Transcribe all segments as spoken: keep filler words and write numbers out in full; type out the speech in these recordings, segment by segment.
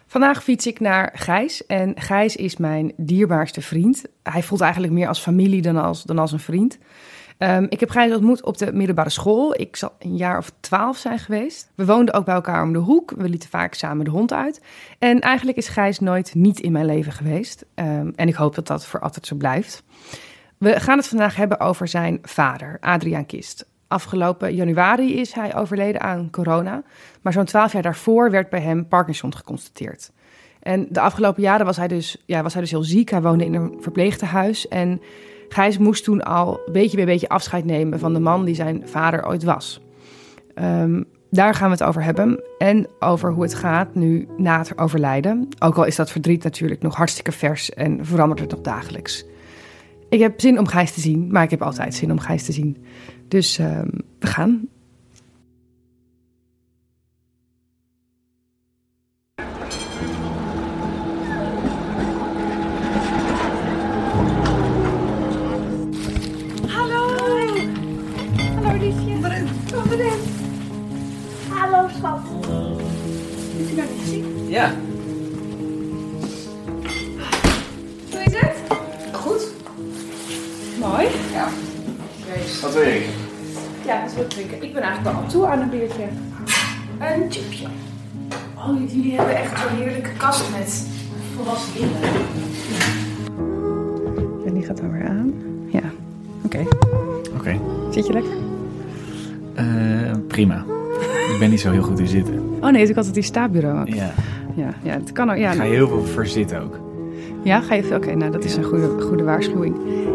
Vandaag fiets ik naar Gijs en Gijs is mijn dierbaarste vriend. Hij voelt eigenlijk meer als familie dan als, dan als een vriend. Um, ik heb Gijs ontmoet op de middelbare school. Ik zal een jaar of twaalf zijn geweest. We woonden ook bij elkaar om de hoek. We lieten vaak samen de hond uit. En eigenlijk is Gijs nooit niet in mijn leven geweest. Um, en ik hoop dat dat voor altijd zo blijft. We gaan het vandaag hebben over zijn vader, Adriaan Kist. Afgelopen januari is hij overleden aan corona. Maar zo'n twaalf jaar daarvoor werd bij hem Parkinson geconstateerd. En de afgelopen jaren was hij dus, ja, was hij dus heel ziek. Hij woonde in een verpleegtehuis. En Gijs moest toen al beetje bij beetje afscheid nemen van de man die zijn vader ooit was. Um, daar gaan we het over hebben. En over hoe het gaat nu na het overlijden. Ook al is dat verdriet natuurlijk nog hartstikke vers en verandert het nog dagelijks. Ik heb zin om Gijs te zien, maar ik heb altijd zin om Gijs te zien. Dus um, we gaan. Hallo! Hallo liefje. Kom erin. Hallo schat. Is u nou niet ziek? Ja. Hoe is het? Goed. Mooi. Ja. Wat wil ik? Ja, dat wil ik drinken. Ik ben eigenlijk wel al toe aan een biertje. Een chipje. Oh, jullie hebben echt zo'n heerlijke kast met volwassen kinderen. En die gaat dan weer aan. Ja, oké. Okay. Oké. Okay. Zit je lekker? Uh, prima. Ik ben niet zo heel goed in zitten. Oh nee, ik had het die staapbureau ook. Ja. Ja, ja, het kan ook. Ja. Ga je heel veel verzitten ook. Ja, ga je veel? Oké, okay, nou dat is een goede, goede waarschuwing.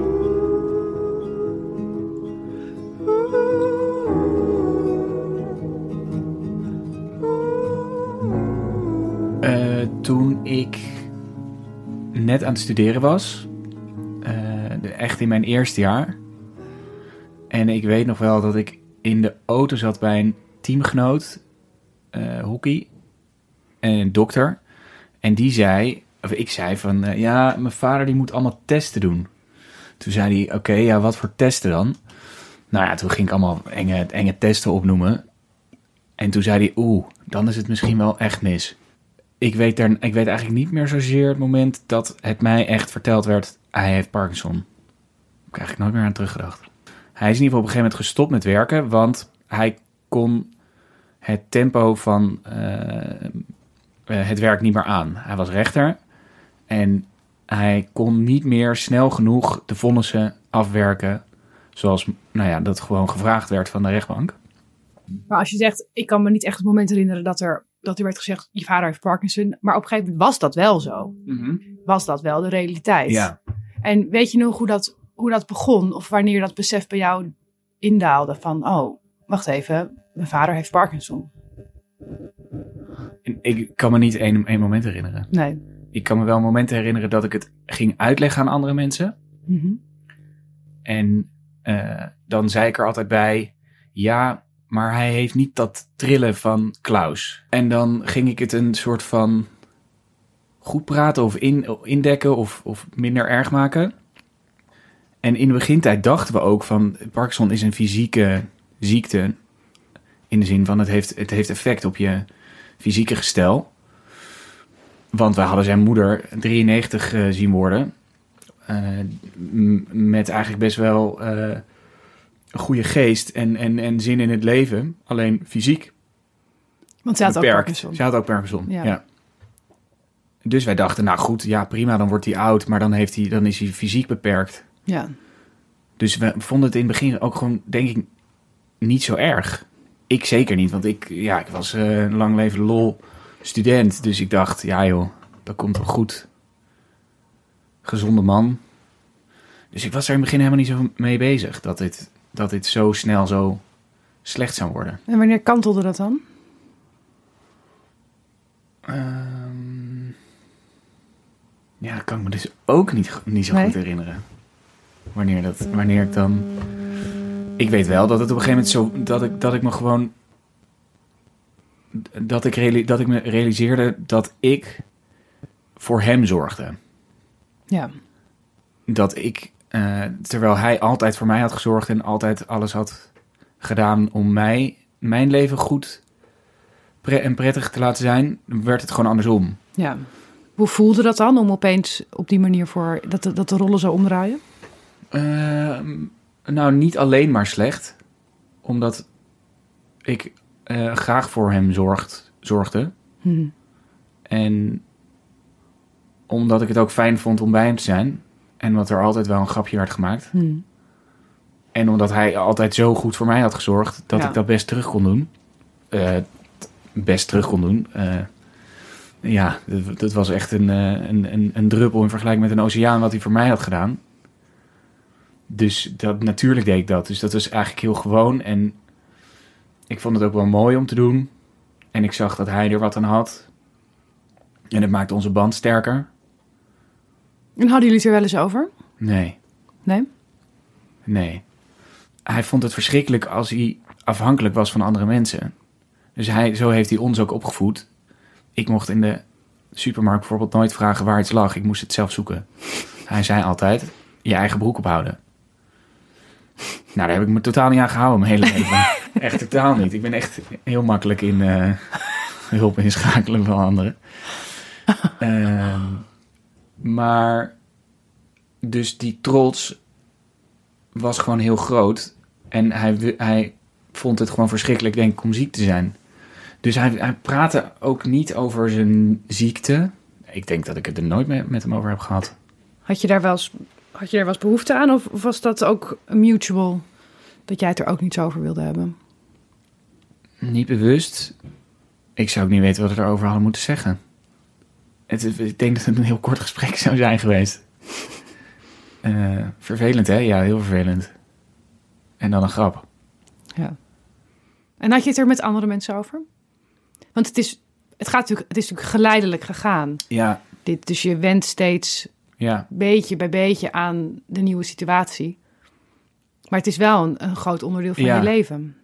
Uh, toen ik net aan het studeren was, uh, echt in mijn eerste jaar. En ik weet nog wel dat ik in de auto zat bij een teamgenoot, uh, hockey, en een dokter. En die zei, of ik zei van, uh, ja, mijn vader die moet allemaal testen doen. Toen zei hij, oké, okay, ja, wat voor testen dan? Nou ja, toen ging ik allemaal enge, enge testen opnoemen. En toen zei hij, oeh, dan is het misschien wel echt mis. Ik weet, er, ik weet eigenlijk niet meer zozeer het moment dat het mij echt verteld werd, hij heeft Parkinson. Daar heb ik eigenlijk nooit meer aan teruggedacht. Hij is in ieder geval op een gegeven moment gestopt met werken, want hij kon het tempo van uh, uh, het werk niet meer aan. Hij was rechter en hij kon niet meer snel genoeg de vonnissen afwerken zoals nou ja, dat gewoon gevraagd werd van de rechtbank. Maar als je zegt, ik kan me niet echt het moment herinneren dat er, dat er werd gezegd, je vader heeft Parkinson. Maar op een gegeven moment was dat wel zo. Mm-hmm. Was dat wel de realiteit. Ja. En weet je nog hoe dat, hoe dat begon? Of wanneer dat besef bij jou indaalde van, oh, wacht even, mijn vader heeft Parkinson. Ik kan me niet één, één moment herinneren. Nee. Ik kan me wel momenten herinneren dat ik het ging uitleggen aan andere mensen. Mm-hmm. En uh, dan zei ik er altijd bij, ja, maar hij heeft niet dat trillen van Klaus. En dan ging ik het een soort van goed praten of in, indekken of, of minder erg maken. En in de begintijd dachten we ook van, Parkinson is een fysieke ziekte. In de zin van, het heeft, het heeft effect op je fysieke gestel. Want we hadden zijn moeder drieënnegentig uh, zien worden. Uh, m- met eigenlijk best wel uh, een goede geest en, en, en zin in het leven. Alleen fysiek. Want zij had beperkt. ook Parkinson. Ze had ook Parkinson, ja. ja. Dus wij dachten, nou goed, ja prima, dan wordt hij oud. Maar dan, heeft hij, dan is hij fysiek beperkt. Ja. Dus we vonden het in het begin ook gewoon, denk ik, niet zo erg. Ik zeker niet, want ik, ja, ik was uh, een lang leven lol student. Dus ik dacht, ja joh, dat komt wel goed. Gezonde man. Dus ik was er in het begin helemaal niet zo mee bezig. Dat dit, dat dit zo snel zo slecht zou worden. En wanneer kantelde dat dan? Um, ja, dat kan ik me dus ook niet, niet zo nee? goed herinneren. Wanneer, dat, wanneer ik dan... Ik weet wel dat het op een gegeven moment zo... Dat ik, dat ik me gewoon... Dat ik, reali- dat ik me realiseerde dat ik voor hem zorgde. Ja. Dat ik, uh, terwijl hij altijd voor mij had gezorgd en altijd alles had gedaan om mij, mijn leven goed pre- en prettig te laten zijn, werd het gewoon andersom. Ja. Hoe voelde dat dan om opeens op die manier voor dat de, dat de rollen zo omdraaien? Uh, nou, niet alleen maar slecht. Omdat ik uh, graag voor hem zorgd, zorgde. Hmm. En omdat ik het ook fijn vond om bij hem te zijn. En omdat er altijd wel een grapje werd gemaakt. Hmm. En omdat hij altijd zo goed voor mij had gezorgd... dat ja. ik dat best terug kon doen. Uh, best terug kon doen. Uh, ja, dat, dat was echt een, een, een, een druppel in vergelijking met een oceaan... wat hij voor mij had gedaan. Dus dat, natuurlijk deed ik dat. Dus dat was eigenlijk heel gewoon. En ik vond het ook wel mooi om te doen. En ik zag dat hij er wat aan had. En het maakte onze band sterker. En hadden jullie het er wel eens over? Nee. Nee? Nee. Hij vond het verschrikkelijk als hij afhankelijk was van andere mensen. Dus hij, zo heeft hij ons ook opgevoed. Ik mocht in de supermarkt bijvoorbeeld nooit vragen waar iets lag. Ik moest het zelf zoeken. Hij zei altijd, je eigen broek ophouden. Nou, daar heb ik me totaal niet aan gehouden, mijn hele leven. Echt totaal niet. Ik ben echt heel makkelijk in uh, hulp inschakelen van anderen. Uh, maar dus die trots was gewoon heel groot. En hij, hij vond het gewoon verschrikkelijk, denk ik, om ziek te zijn. Dus hij, hij praatte ook niet over zijn ziekte. Ik denk dat ik het er nooit mee, met hem over heb gehad. Had je daar wel eens, had je daar wel eens behoefte aan? Of was dat ook mutual? Dat jij het er ook niet zo over wilde hebben? Niet bewust. Ik zou ook niet weten wat we erover hadden moeten zeggen. Het, ik denk dat het een heel kort gesprek zou zijn geweest. Uh, vervelend, hè? Ja, heel vervelend. En dan een grap. Ja. En had je het er met andere mensen over? Want het is, het gaat natuurlijk, het is natuurlijk geleidelijk gegaan. Ja. Dit, dus je went steeds ja. beetje bij beetje aan de nieuwe situatie. Maar het is wel een, een groot onderdeel van ja. je leven.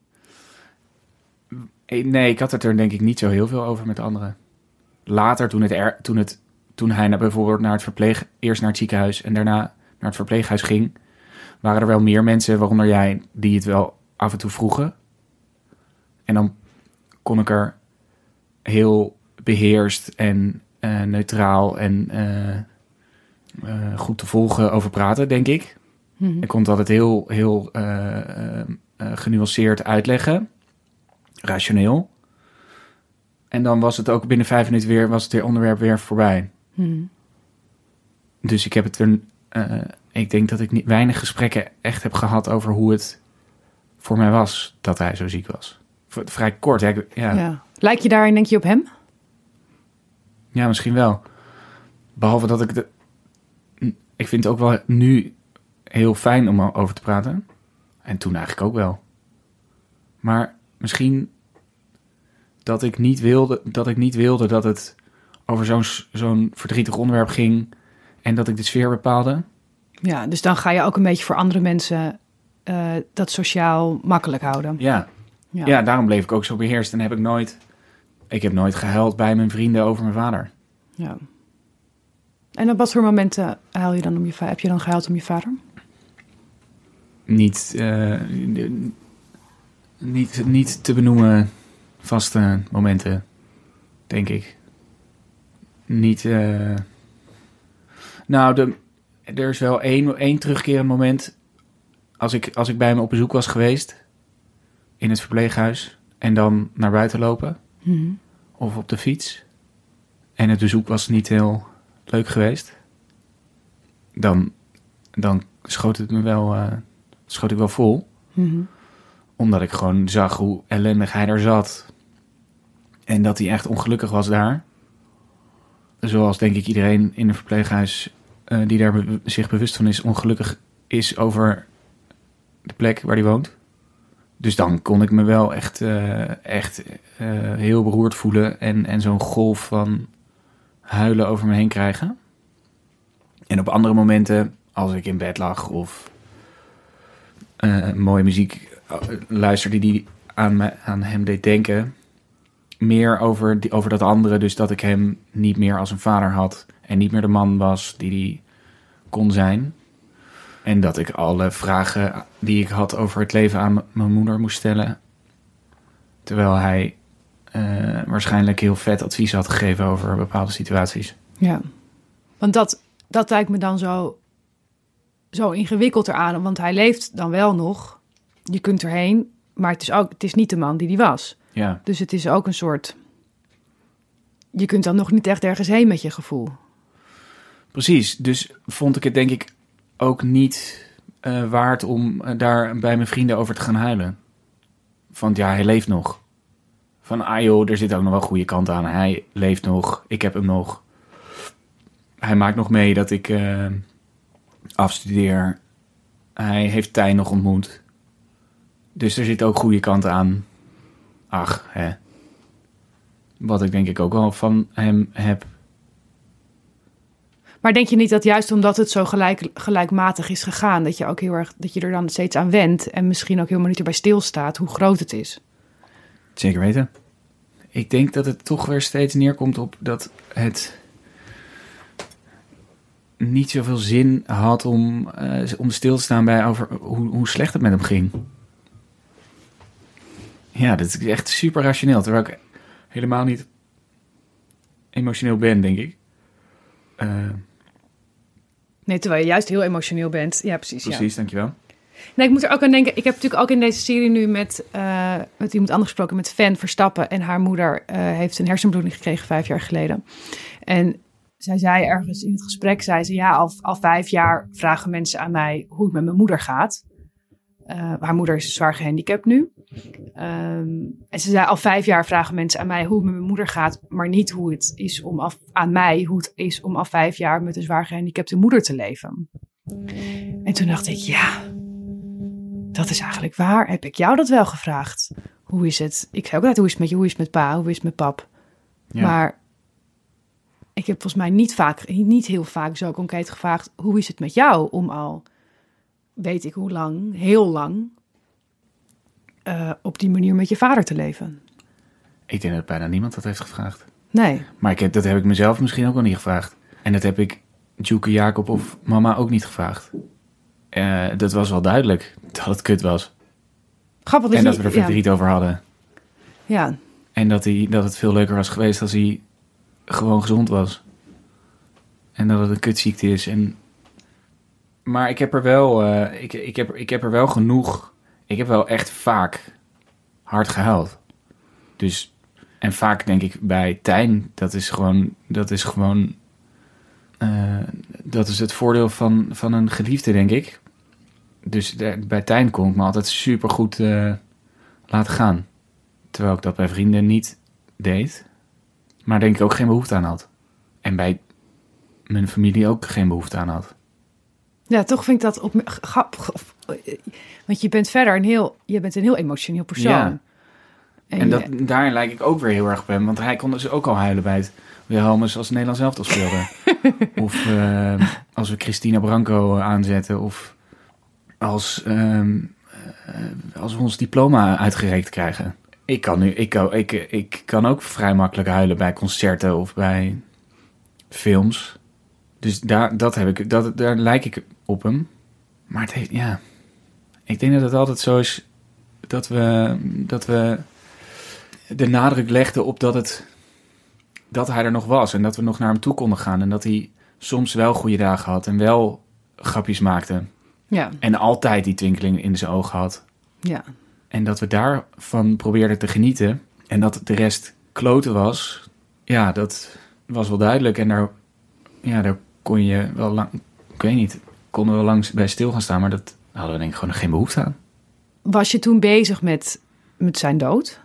Nee, ik had het er denk ik niet zo heel veel over met anderen. Later, toen, het er, toen, het, toen hij naar, bijvoorbeeld naar het verpleeg... eerst naar het ziekenhuis en daarna naar het verpleeghuis ging... waren er wel meer mensen, waaronder jij, die het wel af en toe vroegen. En dan kon ik er heel beheerst en uh, neutraal en uh, uh, goed te volgen over praten, denk ik. Mm-hmm. Ik kon het altijd heel, heel uh, uh, uh, genuanceerd uitleggen. Rationeel. En dan was het ook binnen vijf minuten weer, was het weer onderwerp weer voorbij. Mm-hmm. Dus ik heb het er... Uh, ik denk dat ik niet, weinig gesprekken echt heb gehad over hoe het voor mij was dat hij zo ziek was. V- vrij kort. Ja, ja. Ja. Lijk je daarin, denk je, op hem? Ja, misschien wel. Behalve dat ik... De, ik vind het ook wel nu heel fijn om over te praten. En toen eigenlijk ook wel. Maar misschien dat ik niet wilde dat, ik niet wilde dat het over zo'n, zo'n verdrietig onderwerp ging... en dat ik de sfeer bepaalde. Ja, dus dan ga je ook een beetje voor andere mensen uh, dat sociaal makkelijk houden. Ja. Ja. ja, daarom bleef ik ook zo beheerst. En heb ik nooit... Ik heb nooit gehuild bij mijn vrienden over mijn vader. Ja. En op wat voor momenten huil je dan om je vader? Heb je dan gehuild om je vader? Niet, uh, niet, niet te benoemen vaste momenten, denk ik. Niet... Uh, nou, de, er is wel één, één terugkerend moment. Als ik, als ik bij hem op bezoek was geweest... in het verpleeghuis... en dan naar buiten lopen... Mm-hmm. Of op de fiets... en het bezoek was niet heel leuk geweest... dan, dan schoot het me wel... Uh, schoot ik wel vol... Mm-hmm. Omdat ik gewoon zag hoe ellendig hij daar zat... en dat hij echt ongelukkig was daar... Zoals denk ik iedereen in een verpleeghuis... Uh, die daar be- zich bewust van is... ongelukkig is over de plek waar hij woont. Dus dan kon ik me wel echt, uh, echt uh, heel beroerd voelen... En, en zo'n golf van huilen over me heen krijgen. En op andere momenten, als ik in bed lag... of uh, mooie muziek luisterde die aan, me, aan hem deed denken... meer over, die, over dat andere. Dus dat ik hem niet meer als een vader had... en niet meer de man was die hij kon zijn... En dat ik alle vragen die ik had over het leven aan m- mijn moeder moest stellen. Terwijl hij uh, waarschijnlijk heel vet advies had gegeven over bepaalde situaties. Ja, want dat, dat lijkt me dan zo, zo ingewikkeld eraan. Want hij leeft dan wel nog. Je kunt erheen, maar het is, ook, het is niet de man die die was. Ja. Dus het is ook een soort... Je kunt dan nog niet echt ergens heen met je gevoel. Precies, dus vond ik het denk ik ook niet uh, waard om uh, daar bij mijn vrienden over te gaan huilen. Van ja, hij leeft nog. Van ah joh, er zit ook nog wel goede kant aan. Hij leeft nog, ik heb hem nog. Hij maakt nog mee dat ik uh, afstudeer. Hij heeft Tijn nog ontmoet. Dus er zit ook goede kant aan. Ach, hè. Wat ik denk ik ook wel van hem heb. Maar denk je niet dat juist omdat het zo gelijk, gelijkmatig is gegaan... dat je ook heel erg dat je er dan steeds aan wendt... en misschien ook helemaal niet erbij stilstaat hoe groot het is? Zeker weten. Ik denk dat het toch weer steeds neerkomt op dat het niet zoveel zin had om, uh, om stil te staan bij over hoe, hoe slecht het met hem ging. Ja, dat is echt super rationeel. Terwijl ik helemaal niet emotioneel ben, denk ik. Uh, nee, terwijl je juist heel emotioneel bent. Ja, precies. Precies, ja. Dankjewel. Nee, ik moet er ook aan denken. Ik heb natuurlijk ook in deze serie nu met, uh, met iemand anders gesproken, met Van Verstappen. En haar moeder uh, heeft een hersenbloeding gekregen vijf jaar geleden. En zij zei ergens in het gesprek, zei ze, ja, al, al vijf jaar vragen mensen aan mij hoe het met mijn moeder gaat. Uh, haar moeder is zwaar gehandicapt nu. Um, en ze zei, al vijf jaar vragen mensen aan mij hoe het met mijn moeder gaat, maar niet hoe het is om af, aan mij, hoe het is om al vijf jaar met een zwaar gehandicapte moeder te leven. En toen dacht ik, ja, dat is eigenlijk waar. Heb ik jou dat wel gevraagd? Hoe is het? Ik zei ook altijd, hoe is het met je? Hoe is het met pa? Hoe is het met pap? Ja. Maar ik heb volgens mij niet, vaak, niet heel vaak zo concreet gevraagd, hoe is het met jou? Om al, weet ik hoe lang, heel lang, uh, op die manier met je vader te leven. Ik denk dat bijna niemand dat heeft gevraagd. Nee. Maar ik heb, dat heb ik mezelf misschien ook wel niet gevraagd. En dat heb ik Djoeke, Jacob of mama ook niet gevraagd. Uh, dat was wel duidelijk dat het kut was. Grappig, en je, dat we er verdriet ja. over hadden. Ja. En dat, hij, dat het veel leuker was geweest als hij gewoon gezond was. En dat het een kutziekte is. En... Maar ik heb er wel, uh, ik, ik, heb, ik heb er wel genoeg. Ik heb wel echt vaak hard gehuild. Dus, en vaak denk ik bij Tijn, dat is gewoon, dat is gewoon, uh, dat is het voordeel van, van een geliefde, denk ik. Dus de, bij Tijn kon ik me altijd super goed uh, laten gaan. Terwijl ik dat bij vrienden niet deed. Maar denk ik ook geen behoefte aan had. En bij mijn familie ook geen behoefte aan had. Ja, toch vind ik dat op grappig. Want je bent verder een heel, je bent een heel emotioneel persoon. Ja. En, en dat, je... daarin lijk ik ook weer heel erg op hem. Want hij kon dus ook al huilen bij het Wilhelmus als Nederlands elftal speelde. Of uh, als we Christina Branco aanzetten. Of als, uh, uh, als we ons diploma uitgereikt krijgen. Ik kan, nu, ik, ik, ik kan ook vrij makkelijk huilen bij concerten of bij films. Dus daar, dat heb ik, dat, daar lijk ik op hem. Maar het heeft, ja... Ik denk dat het altijd zo is dat we, dat we de nadruk legden op dat, het, dat hij er nog was. En dat we nog naar hem toe konden gaan. En dat hij soms wel goede dagen had en wel grapjes maakte. Ja. En altijd die twinkeling in zijn ogen had. Ja. En dat we daarvan probeerden te genieten. En dat de rest kloten was. Ja, dat was wel duidelijk. En daar, ja, daar kon je wel lang... Ik weet niet, konden we wel lang bij stil gaan staan. Maar dat hadden we denk ik gewoon geen behoefte aan. Was je toen bezig met, met zijn dood?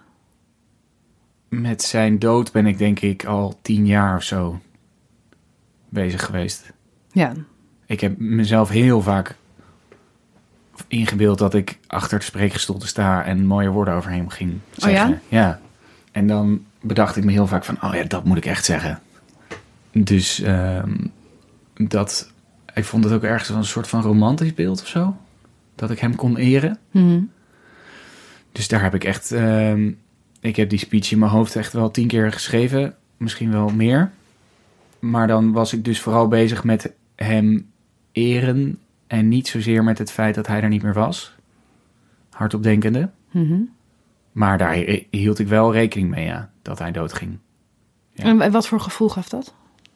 Met zijn dood ben ik denk ik al tien jaar of zo bezig geweest. Ja. Ik heb mezelf heel vaak ingebeeld dat ik achter het spreekgestoelte sta en mooie woorden over hem ging zeggen. Oh ja? Ja. En dan bedacht ik me heel vaak van, oh ja, dat moet ik echt zeggen. Dus uh, dat, ik vond het ook ergens een soort van romantisch beeld of zo. Dat ik hem kon eren. Mm-hmm. Dus daar heb ik echt, uh, ik heb die speech in mijn hoofd echt wel tien keer geschreven. Misschien wel meer. Maar dan was ik dus vooral bezig met hem eren. En niet zozeer met het feit dat hij er niet meer was. Hardop denkende. Mm-hmm. Maar daar hield ik wel rekening mee, ja. dat hij doodging. Ja. En, en wat voor gevoel gaf dat?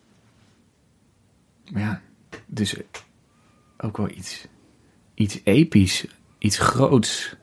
Ja, dus ook wel iets, iets episch, iets groots.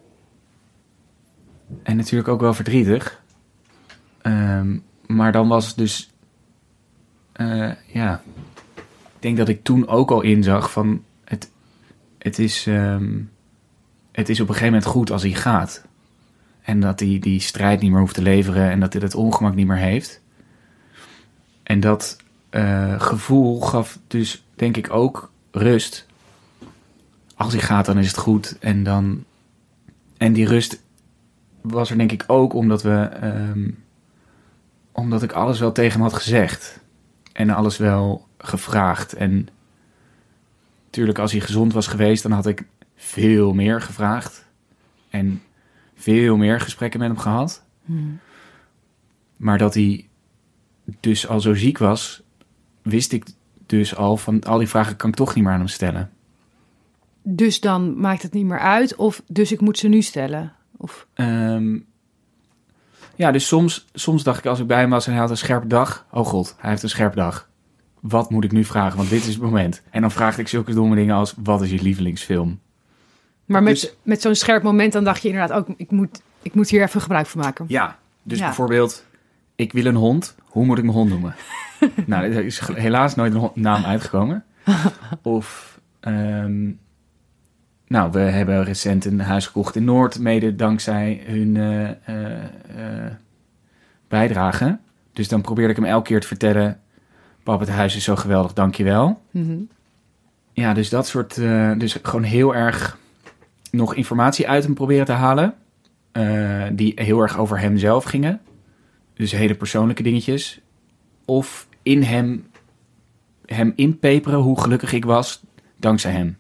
En natuurlijk ook wel verdrietig. Um, maar dan was dus... Uh, ja... Ik denk dat ik toen ook al inzag van... Het, het, is, um, het is op een gegeven moment goed als hij gaat. En dat hij die strijd niet meer hoeft te leveren. En dat hij het ongemak niet meer heeft. En dat uh, gevoel gaf dus denk ik ook rust. Als hij gaat, dan is het goed. En, dan, en die rust was er denk ik ook omdat we... Um, omdat ik alles wel tegen hem had gezegd. En alles wel gevraagd. En natuurlijk als hij gezond was geweest, dan had ik veel meer gevraagd. En veel meer gesprekken met hem gehad. Hmm. Maar dat hij dus al zo ziek was, wist ik dus al van al die vragen kan ik toch niet meer aan hem stellen. Dus dan maakt het niet meer uit? Of dus ik moet ze nu stellen? Of... Um, ja, dus soms, soms dacht ik als ik bij hem was en hij had een scherpe dag. Oh god, hij heeft een scherpe dag. Wat moet ik nu vragen? Want dit is het moment. En dan vraagde ik zulke domme dingen als, wat is je lievelingsfilm? Maar met, dus, met zo'n scherp moment dan dacht je inderdaad ook, ik moet, ik moet hier even gebruik van maken. Ja, dus ja. bijvoorbeeld, ik wil een hond. Hoe moet ik mijn hond noemen? Nou, er is helaas nooit een naam uitgekomen. Of, um, nou, we hebben recent een huis gekocht in Noord, mede dankzij hun uh, uh, uh, bijdrage. Dus dan probeerde ik hem elke keer te vertellen, pap, het huis is zo geweldig, dankjewel. Mm-hmm. Ja, dus dat soort, uh, dus gewoon heel erg nog informatie uit hem proberen te halen. Uh, die heel erg over hemzelf gingen. Dus hele persoonlijke dingetjes. Of in hem, hem inpeperen hoe gelukkig ik was, dankzij hem.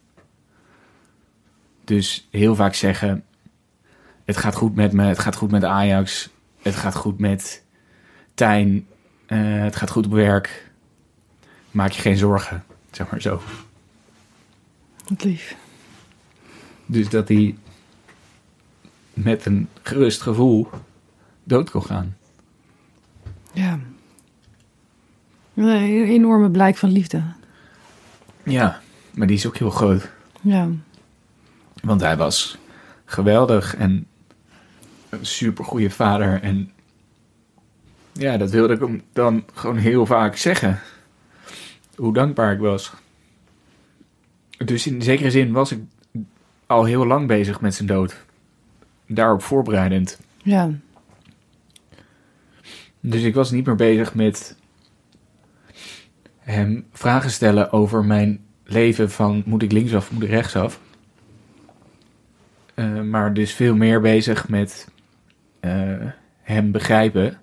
Dus heel vaak zeggen, het gaat goed met me, het gaat goed met Ajax, het gaat goed met Tijn, uh, het gaat goed op werk. Maak je geen zorgen, zeg maar zo. Wat lief. Dus dat hij met een gerust gevoel dood kon gaan. Ja. Een enorme blijk van liefde. Ja, maar die is ook heel groot. Ja. Want hij was geweldig en een supergoeie vader. En ja, dat wilde ik hem dan gewoon heel vaak zeggen. Hoe dankbaar ik was. Dus in zekere zin was ik al heel lang bezig met zijn dood. Daarop voorbereidend. Ja. Dus ik was niet meer bezig met hem vragen stellen over mijn leven van moet ik linksaf, moet ik rechtsaf. Uh, maar dus veel meer bezig met uh, hem begrijpen.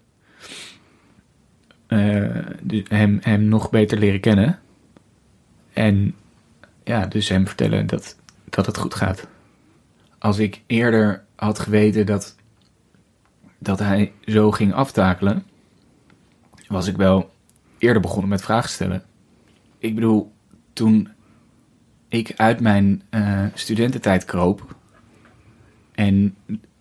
Uh, dus hem, hem nog beter leren kennen. En ja, dus hem vertellen dat, dat het goed gaat. Als ik eerder had geweten dat, dat hij zo ging aftakelen, was ik wel eerder begonnen met vragen stellen. Ik bedoel, toen ik uit mijn uh, studententijd kroop en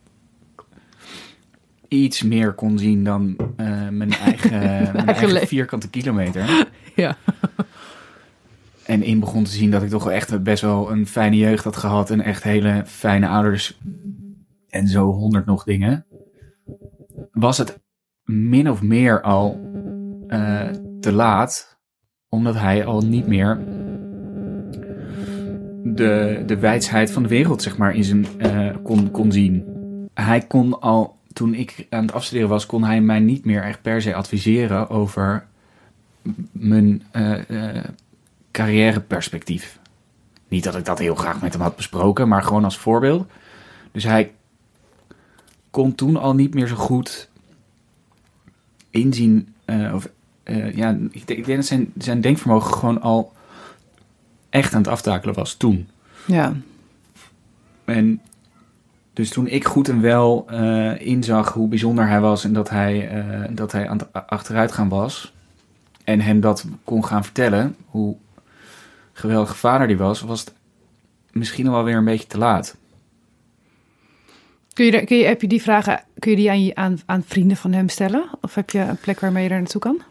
iets meer kon zien dan uh, mijn eigen, mijn eigen vierkante kilometer. Ja. En in begon te zien dat ik toch wel echt best wel een fijne jeugd had gehad en echt hele fijne ouders en zo honderd nog dingen. Was het min of meer al uh, te laat, omdat hij al niet meer de, de wijsheid van de wereld, zeg maar, in zijn uh, kon, kon zien. Hij kon al, toen ik aan het afstuderen was, kon hij mij niet meer echt per se adviseren over mijn uh, uh, carrièreperspectief. Niet dat ik dat heel graag met hem had besproken, maar gewoon als voorbeeld. Dus hij kon toen al niet meer zo goed inzien, uh, of uh, ja, ik denk dat zijn, zijn denkvermogen gewoon al echt aan het aftakelen was toen. Ja. En dus toen ik goed en wel uh, inzag hoe bijzonder hij was en dat hij, uh, dat hij aan het achteruitgaan was en hem dat kon gaan vertellen, hoe geweldige vader die was, was het misschien al wel weer een beetje te laat. Kun je, kun je, heb je die vragen kun je die aan, je, aan, aan vrienden van hem stellen? Of heb je een plek waarmee je daar naartoe kan?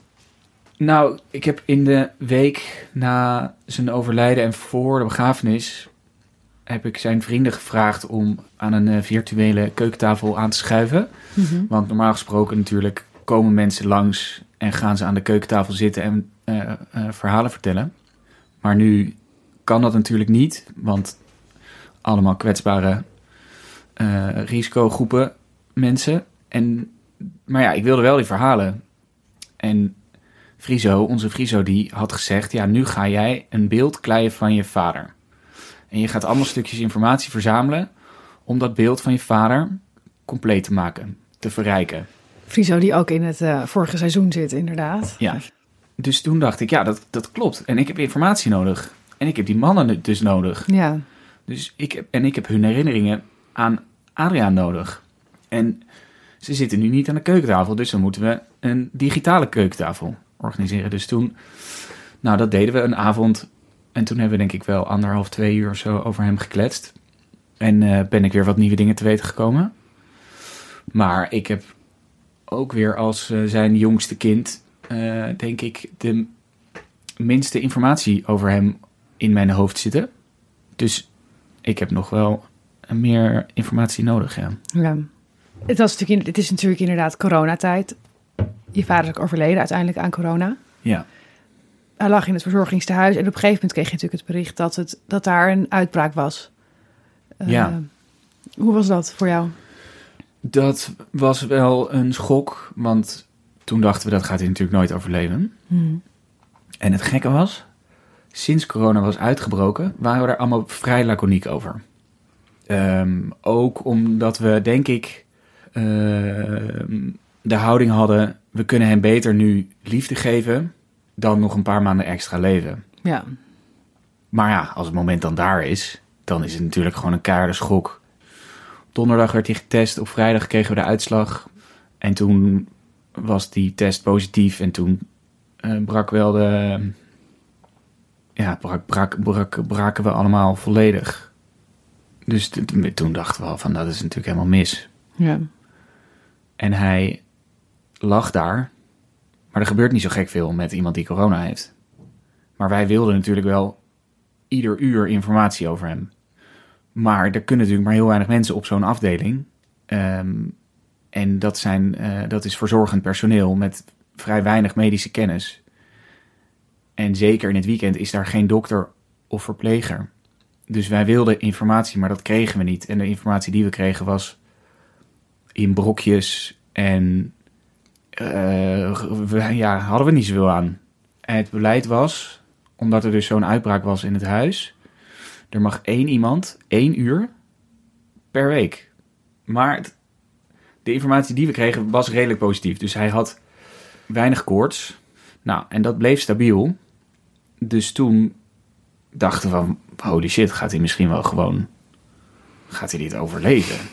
Nou, ik heb in de week na zijn overlijden en voor de begrafenis... heb ik zijn vrienden gevraagd om aan een uh, virtuele keukentafel aan te schuiven. Mm-hmm. Want normaal gesproken natuurlijk komen mensen langs... en gaan ze aan de keukentafel zitten en uh, uh, verhalen vertellen. Maar nu kan dat natuurlijk niet, want allemaal kwetsbare uh, risicogroepen mensen. En, maar ja, ik wilde wel die verhalen. En Friso, onze Friso, die had gezegd... ja, nu ga jij een beeld kleien van je vader. En je gaat allemaal stukjes informatie verzamelen... om dat beeld van je vader compleet te maken, te verrijken. Friso die ook in het uh, vorige seizoen zit, inderdaad. Ja, dus toen dacht ik, ja, dat, dat klopt. En ik heb informatie nodig. En ik heb die mannen dus nodig. Ja. Dus ik heb, en ik heb hun herinneringen aan Adriaan nodig. En ze zitten nu niet aan de keukentafel, dus dan moeten we een digitale keukentafel organiseren. Dus toen, nou, dat deden we een avond. En toen hebben we denk ik wel anderhalf, twee uur of zo over hem gekletst. En uh, ben ik weer wat nieuwe dingen te weten gekomen. Maar ik heb ook weer als uh, zijn jongste kind, uh, denk ik, de minste informatie over hem in mijn hoofd zitten. Dus ik heb nog wel meer informatie nodig, ja. Ja. Het, was natuurlijk, het is natuurlijk inderdaad coronatijd. Je vader is ook overleden uiteindelijk aan corona. Ja. Hij lag in het verzorgingstehuis en op een gegeven moment kreeg je natuurlijk het bericht dat, het, dat daar een uitbraak was. Uh, ja. Hoe was dat voor jou? Dat was wel een schok, want toen dachten we dat gaat hij natuurlijk nooit overleven. Hmm. En het gekke was, sinds corona was uitgebroken, waren we er allemaal vrij laconiek over. Um, ook omdat we, denk ik, uh, de houding hadden, we kunnen hem beter nu liefde geven dan nog een paar maanden extra leven. Ja. Maar ja, als het moment dan daar is, dan is het natuurlijk gewoon een keiharde schok. Donderdag werd hij getest, op vrijdag kregen we de uitslag. En toen was die test positief en toen uh, brak wel de... Ja, brak, brak, brak, braken we allemaal volledig. Dus t- t- toen dachten we al van, dat is natuurlijk helemaal mis. Ja. En hij lag daar, maar er gebeurt niet zo gek veel met iemand die corona heeft. Maar wij wilden natuurlijk wel ieder uur informatie over hem. Maar er kunnen natuurlijk maar heel weinig mensen op zo'n afdeling. Um, en dat, zijn, uh, dat is verzorgend personeel met vrij weinig medische kennis. En zeker in het weekend is daar geen dokter of verpleger. Dus wij wilden informatie, maar dat kregen we niet. En de informatie die we kregen was in brokjes en uh, we, ja, hadden we niet zoveel aan. En het beleid was, omdat er dus zo'n uitbraak was in het huis, er mag één iemand, één uur per week. Maar het, de informatie die we kregen was redelijk positief. Dus hij had weinig koorts. Nou, en dat bleef stabiel. Dus toen dachten we van, holy shit, gaat hij misschien wel gewoon, gaat hij dit overleven?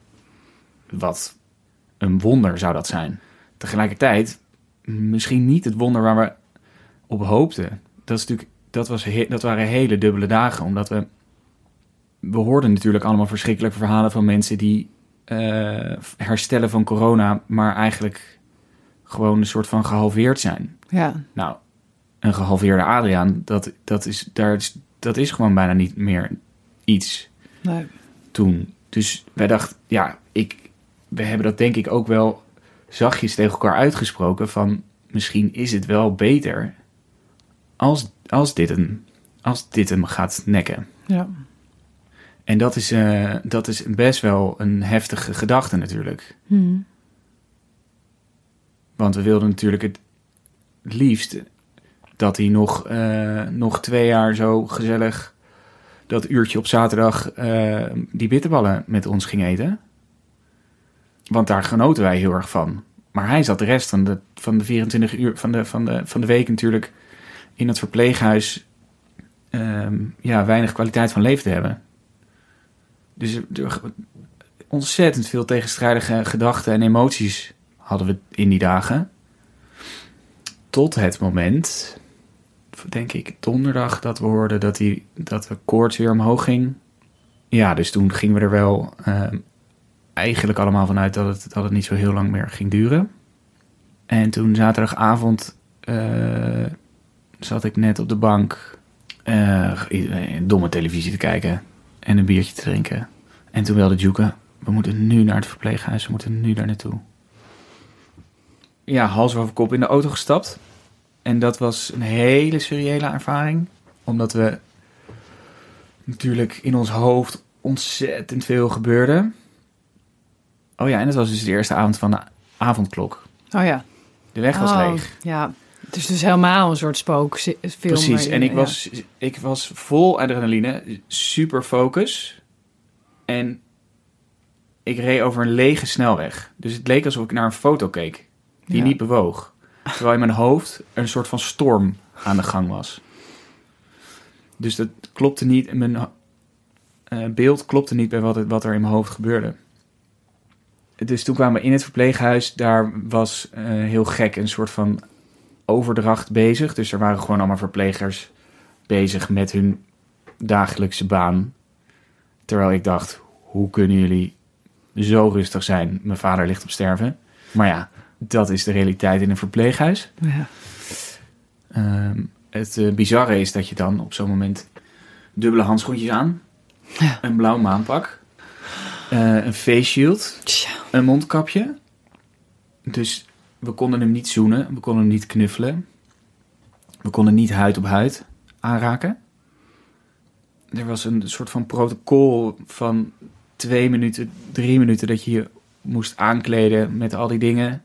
Wat een wonder zou dat zijn. Tegelijkertijd, misschien niet het wonder waar we op hoopten. Dat is natuurlijk, dat, was he, dat waren hele dubbele dagen, omdat we, we hoorden natuurlijk allemaal verschrikkelijke verhalen van mensen die uh, herstellen van corona, maar eigenlijk gewoon een soort van gehalveerd zijn. Ja. Nou, een gehalveerde Adriaan, dat, dat, is, daar is, dat is gewoon bijna niet meer iets. Nee. Toen. Dus wij dachten, ja, ik, we hebben dat denk ik ook wel zachtjes tegen elkaar uitgesproken van misschien is het wel beter als, als, dit, hem, als dit hem gaat nekken. Ja. En dat is, uh, dat is best wel een heftige gedachte natuurlijk. Hmm. Want we wilden natuurlijk het liefst dat hij nog, uh, nog twee jaar zo gezellig dat uurtje op zaterdag uh, die bitterballen met ons ging eten. Want daar genoten wij heel erg van. Maar hij zat de rest van de, van de vierentwintig uur van de, van, de, van de week natuurlijk in het verpleeghuis um, ja, weinig kwaliteit van leven te hebben. Dus er, ontzettend veel tegenstrijdige gedachten en emoties hadden we in die dagen. Tot het moment, denk ik, donderdag dat we hoorden dat, die, dat de koorts weer omhoog ging. Ja, dus toen gingen we er wel uh, eigenlijk allemaal vanuit dat het, dat het niet zo heel lang meer ging duren. En toen zaterdagavond uh, zat ik net op de bank uh, domme televisie te kijken en een biertje te drinken. En toen belde Djoeke, we moeten nu naar het verpleeghuis, we moeten nu daar naartoe. Ja, hals over kop in de auto gestapt. En dat was een hele seriële ervaring. Omdat we natuurlijk in ons hoofd ontzettend veel gebeurde. Oh ja, en het was dus de eerste avond van de avondklok. Oh ja. De weg was oh, leeg. Ja, het is dus helemaal een soort spookfilm. Precies, en ik, ja. was, ik was vol adrenaline, super focus. En ik reed over een lege snelweg. Dus het leek alsof ik naar een foto keek die Ja. niet bewoog. Terwijl in mijn hoofd een soort van storm aan de gang was. Dus dat klopte niet. Mijn uh, beeld klopte niet bij wat, het, wat er in mijn hoofd gebeurde. Dus toen kwamen we in het verpleeghuis. Daar was uh, heel gek een soort van overdracht bezig. Dus er waren gewoon allemaal verplegers bezig met hun dagelijkse baan. Terwijl ik dacht, hoe kunnen jullie zo rustig zijn? Mijn vader ligt op sterven. Maar ja, dat is de realiteit in een verpleeghuis. Ja. Um, het uh, bizarre is dat je dan op zo'n moment dubbele handschoentjes aan, Ja. een blauw maanpak, uh, een face shield, Tja. een mondkapje. Dus we konden hem niet zoenen, we konden hem niet knuffelen. We konden niet huid op huid aanraken. Er was een soort van protocol van twee minuten, drie minuten dat je je moest aankleden met al die dingen.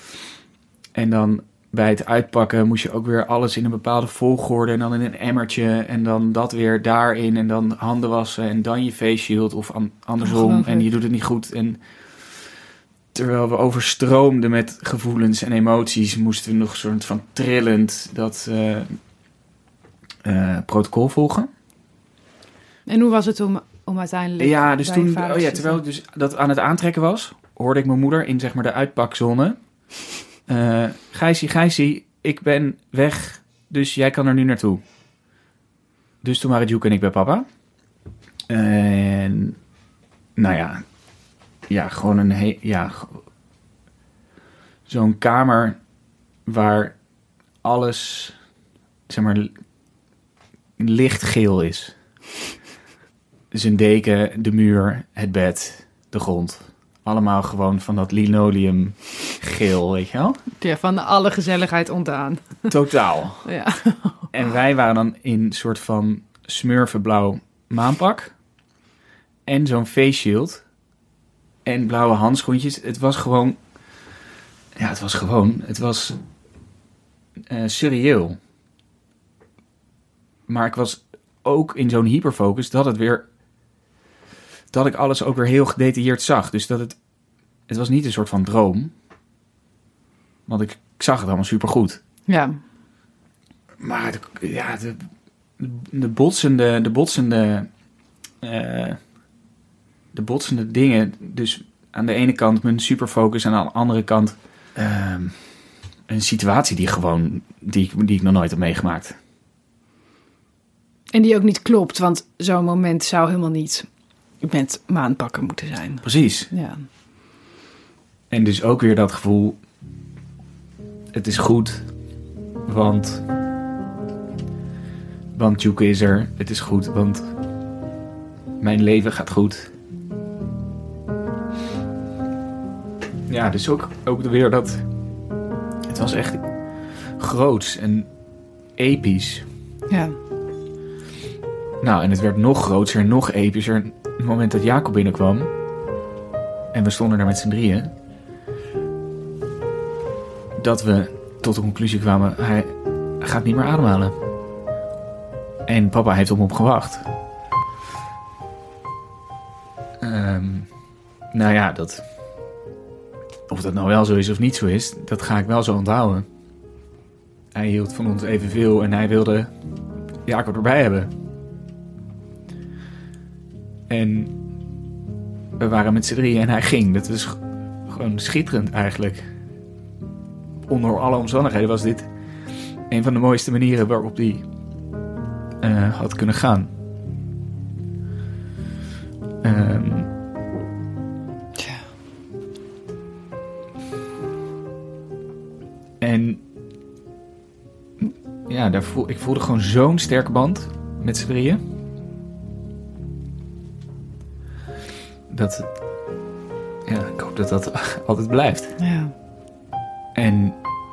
En dan bij het uitpakken moest je ook weer alles in een bepaalde volgorde en dan in een emmertje en dan dat weer daarin en dan handen wassen en dan je face shield of an- andersom en je doet het niet goed. En terwijl we overstroomden met gevoelens en emoties, moesten we nog een soort van trillend dat uh, uh, protocol volgen. En hoe was het om, om uiteindelijk... Ja, dus bij je toen, vader oh te ja, zitten? terwijl ik dus dat aan het aantrekken was, hoorde ik mijn moeder in zeg maar de uitpakzone. Uh, Gijsie, Gijsie, ik ben weg, dus jij kan er nu naartoe. Dus toen waren Djoeke en ik bij papa. En nou ja, ja, gewoon een he- ja, zo'n kamer waar alles, zeg maar, lichtgeel is. Dus een deken, de muur, het bed, de grond. Allemaal gewoon van dat linoleum geel, weet je wel? Ja, van alle gezelligheid ontdaan. Totaal. Ja. En wij waren dan in een soort van smurfenblauw maanpak. En zo'n face shield. En blauwe handschoentjes. Het was gewoon... Ja, het was gewoon... Het was uh, surreëel. Maar ik was ook in zo'n hyperfocus dat het weer... Dat ik alles ook weer heel gedetailleerd zag. Dus dat het... Het was niet een soort van droom. Want ik, ik zag het allemaal supergoed. Ja. Maar de, ja, de, de botsende... De botsende... Uh, de botsende dingen. Dus aan de ene kant mijn superfocus. En aan de andere kant... Uh, een situatie die gewoon... Die, die ik nog nooit heb meegemaakt. En die ook niet klopt. Want zo'n moment zou helemaal niet... met maanpakken moeten zijn. Precies. Ja. En dus ook weer dat gevoel... Het is goed, want... Want Djoeke is er. Het is goed, want... Mijn leven gaat goed. Ja, dus ook, ook weer dat... Het was echt groots en episch. Ja. Nou, en het werd nog grootser en nog epischer... Het moment dat Jacob binnenkwam... en we stonden daar met z'n drieën... dat we tot de conclusie kwamen... hij gaat niet meer ademhalen. En papa heeft op hem gewacht. Um, nou ja, dat... Of dat nou wel zo is of niet zo is... dat ga ik wel zo onthouden. Hij hield van ons evenveel... en hij wilde Jacob erbij hebben... En we waren met z'n drieën en hij ging. Dat was gewoon schitterend eigenlijk. Onder alle omstandigheden was dit een van de mooiste manieren waarop hij uh, had kunnen gaan. Um, Tja. ja, daar voel, ik voelde gewoon zo'n sterke band met z'n drieën. Dat, ja, ik hoop dat dat altijd blijft. Ja. En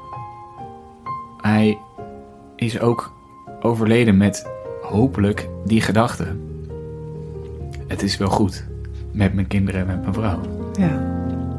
hij is ook overleden met hopelijk die gedachte. Het is wel goed met mijn kinderen en met mijn vrouw. Ja.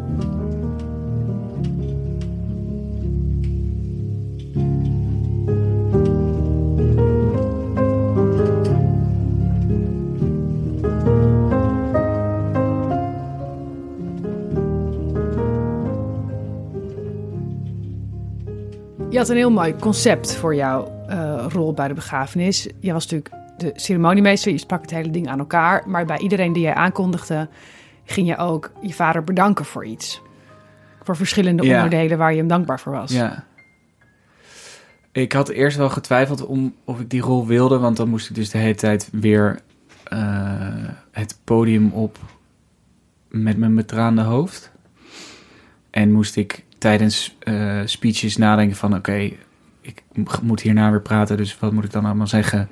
Je had een heel mooi concept voor jouw uh, rol bij de begrafenis. Je was natuurlijk de ceremoniemeester, je sprak het hele ding aan elkaar. Maar bij iedereen die jij aankondigde, ging je ook je vader bedanken voor iets. Voor verschillende ja. onderdelen waar je hem dankbaar voor was. Ja. Ik had eerst wel getwijfeld om of ik die rol wilde, want dan moest ik dus de hele tijd weer uh, het podium op met mijn betraande hoofd. En moest ik tijdens uh, speeches nadenken van oké, okay, ik moet hierna weer praten, dus wat moet ik dan allemaal zeggen?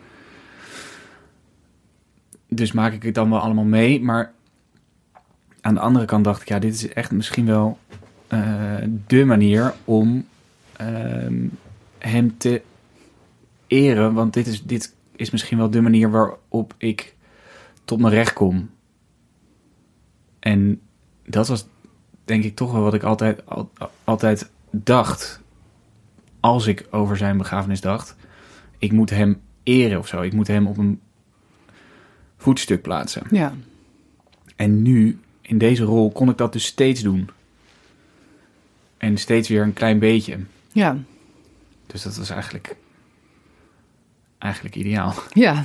Dus maak ik het dan wel allemaal mee. Maar aan de andere kant dacht ik, ja, dit is echt misschien wel uh, de manier om uh, hem te eren. Want dit is, dit is misschien wel de manier waarop ik tot mijn recht kom. En dat was denk ik toch wel wat ik altijd, al, altijd dacht als ik over zijn begrafenis dacht. Ik moet hem eren of zo. Ik moet hem op een voetstuk plaatsen. Ja. En nu, in deze rol, kon ik dat dus steeds doen. En steeds weer een klein beetje. Ja. Dus dat was eigenlijk, eigenlijk ideaal. Ja.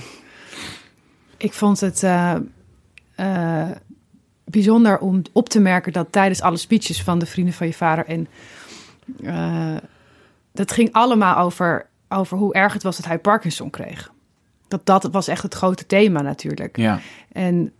Ik vond het uh, uh, bijzonder om op te merken dat tijdens alle speeches van de vrienden van je vader en uh, dat ging allemaal over, over hoe erg het was dat hij Parkinson kreeg. Dat, dat was echt het grote thema natuurlijk. Ja. En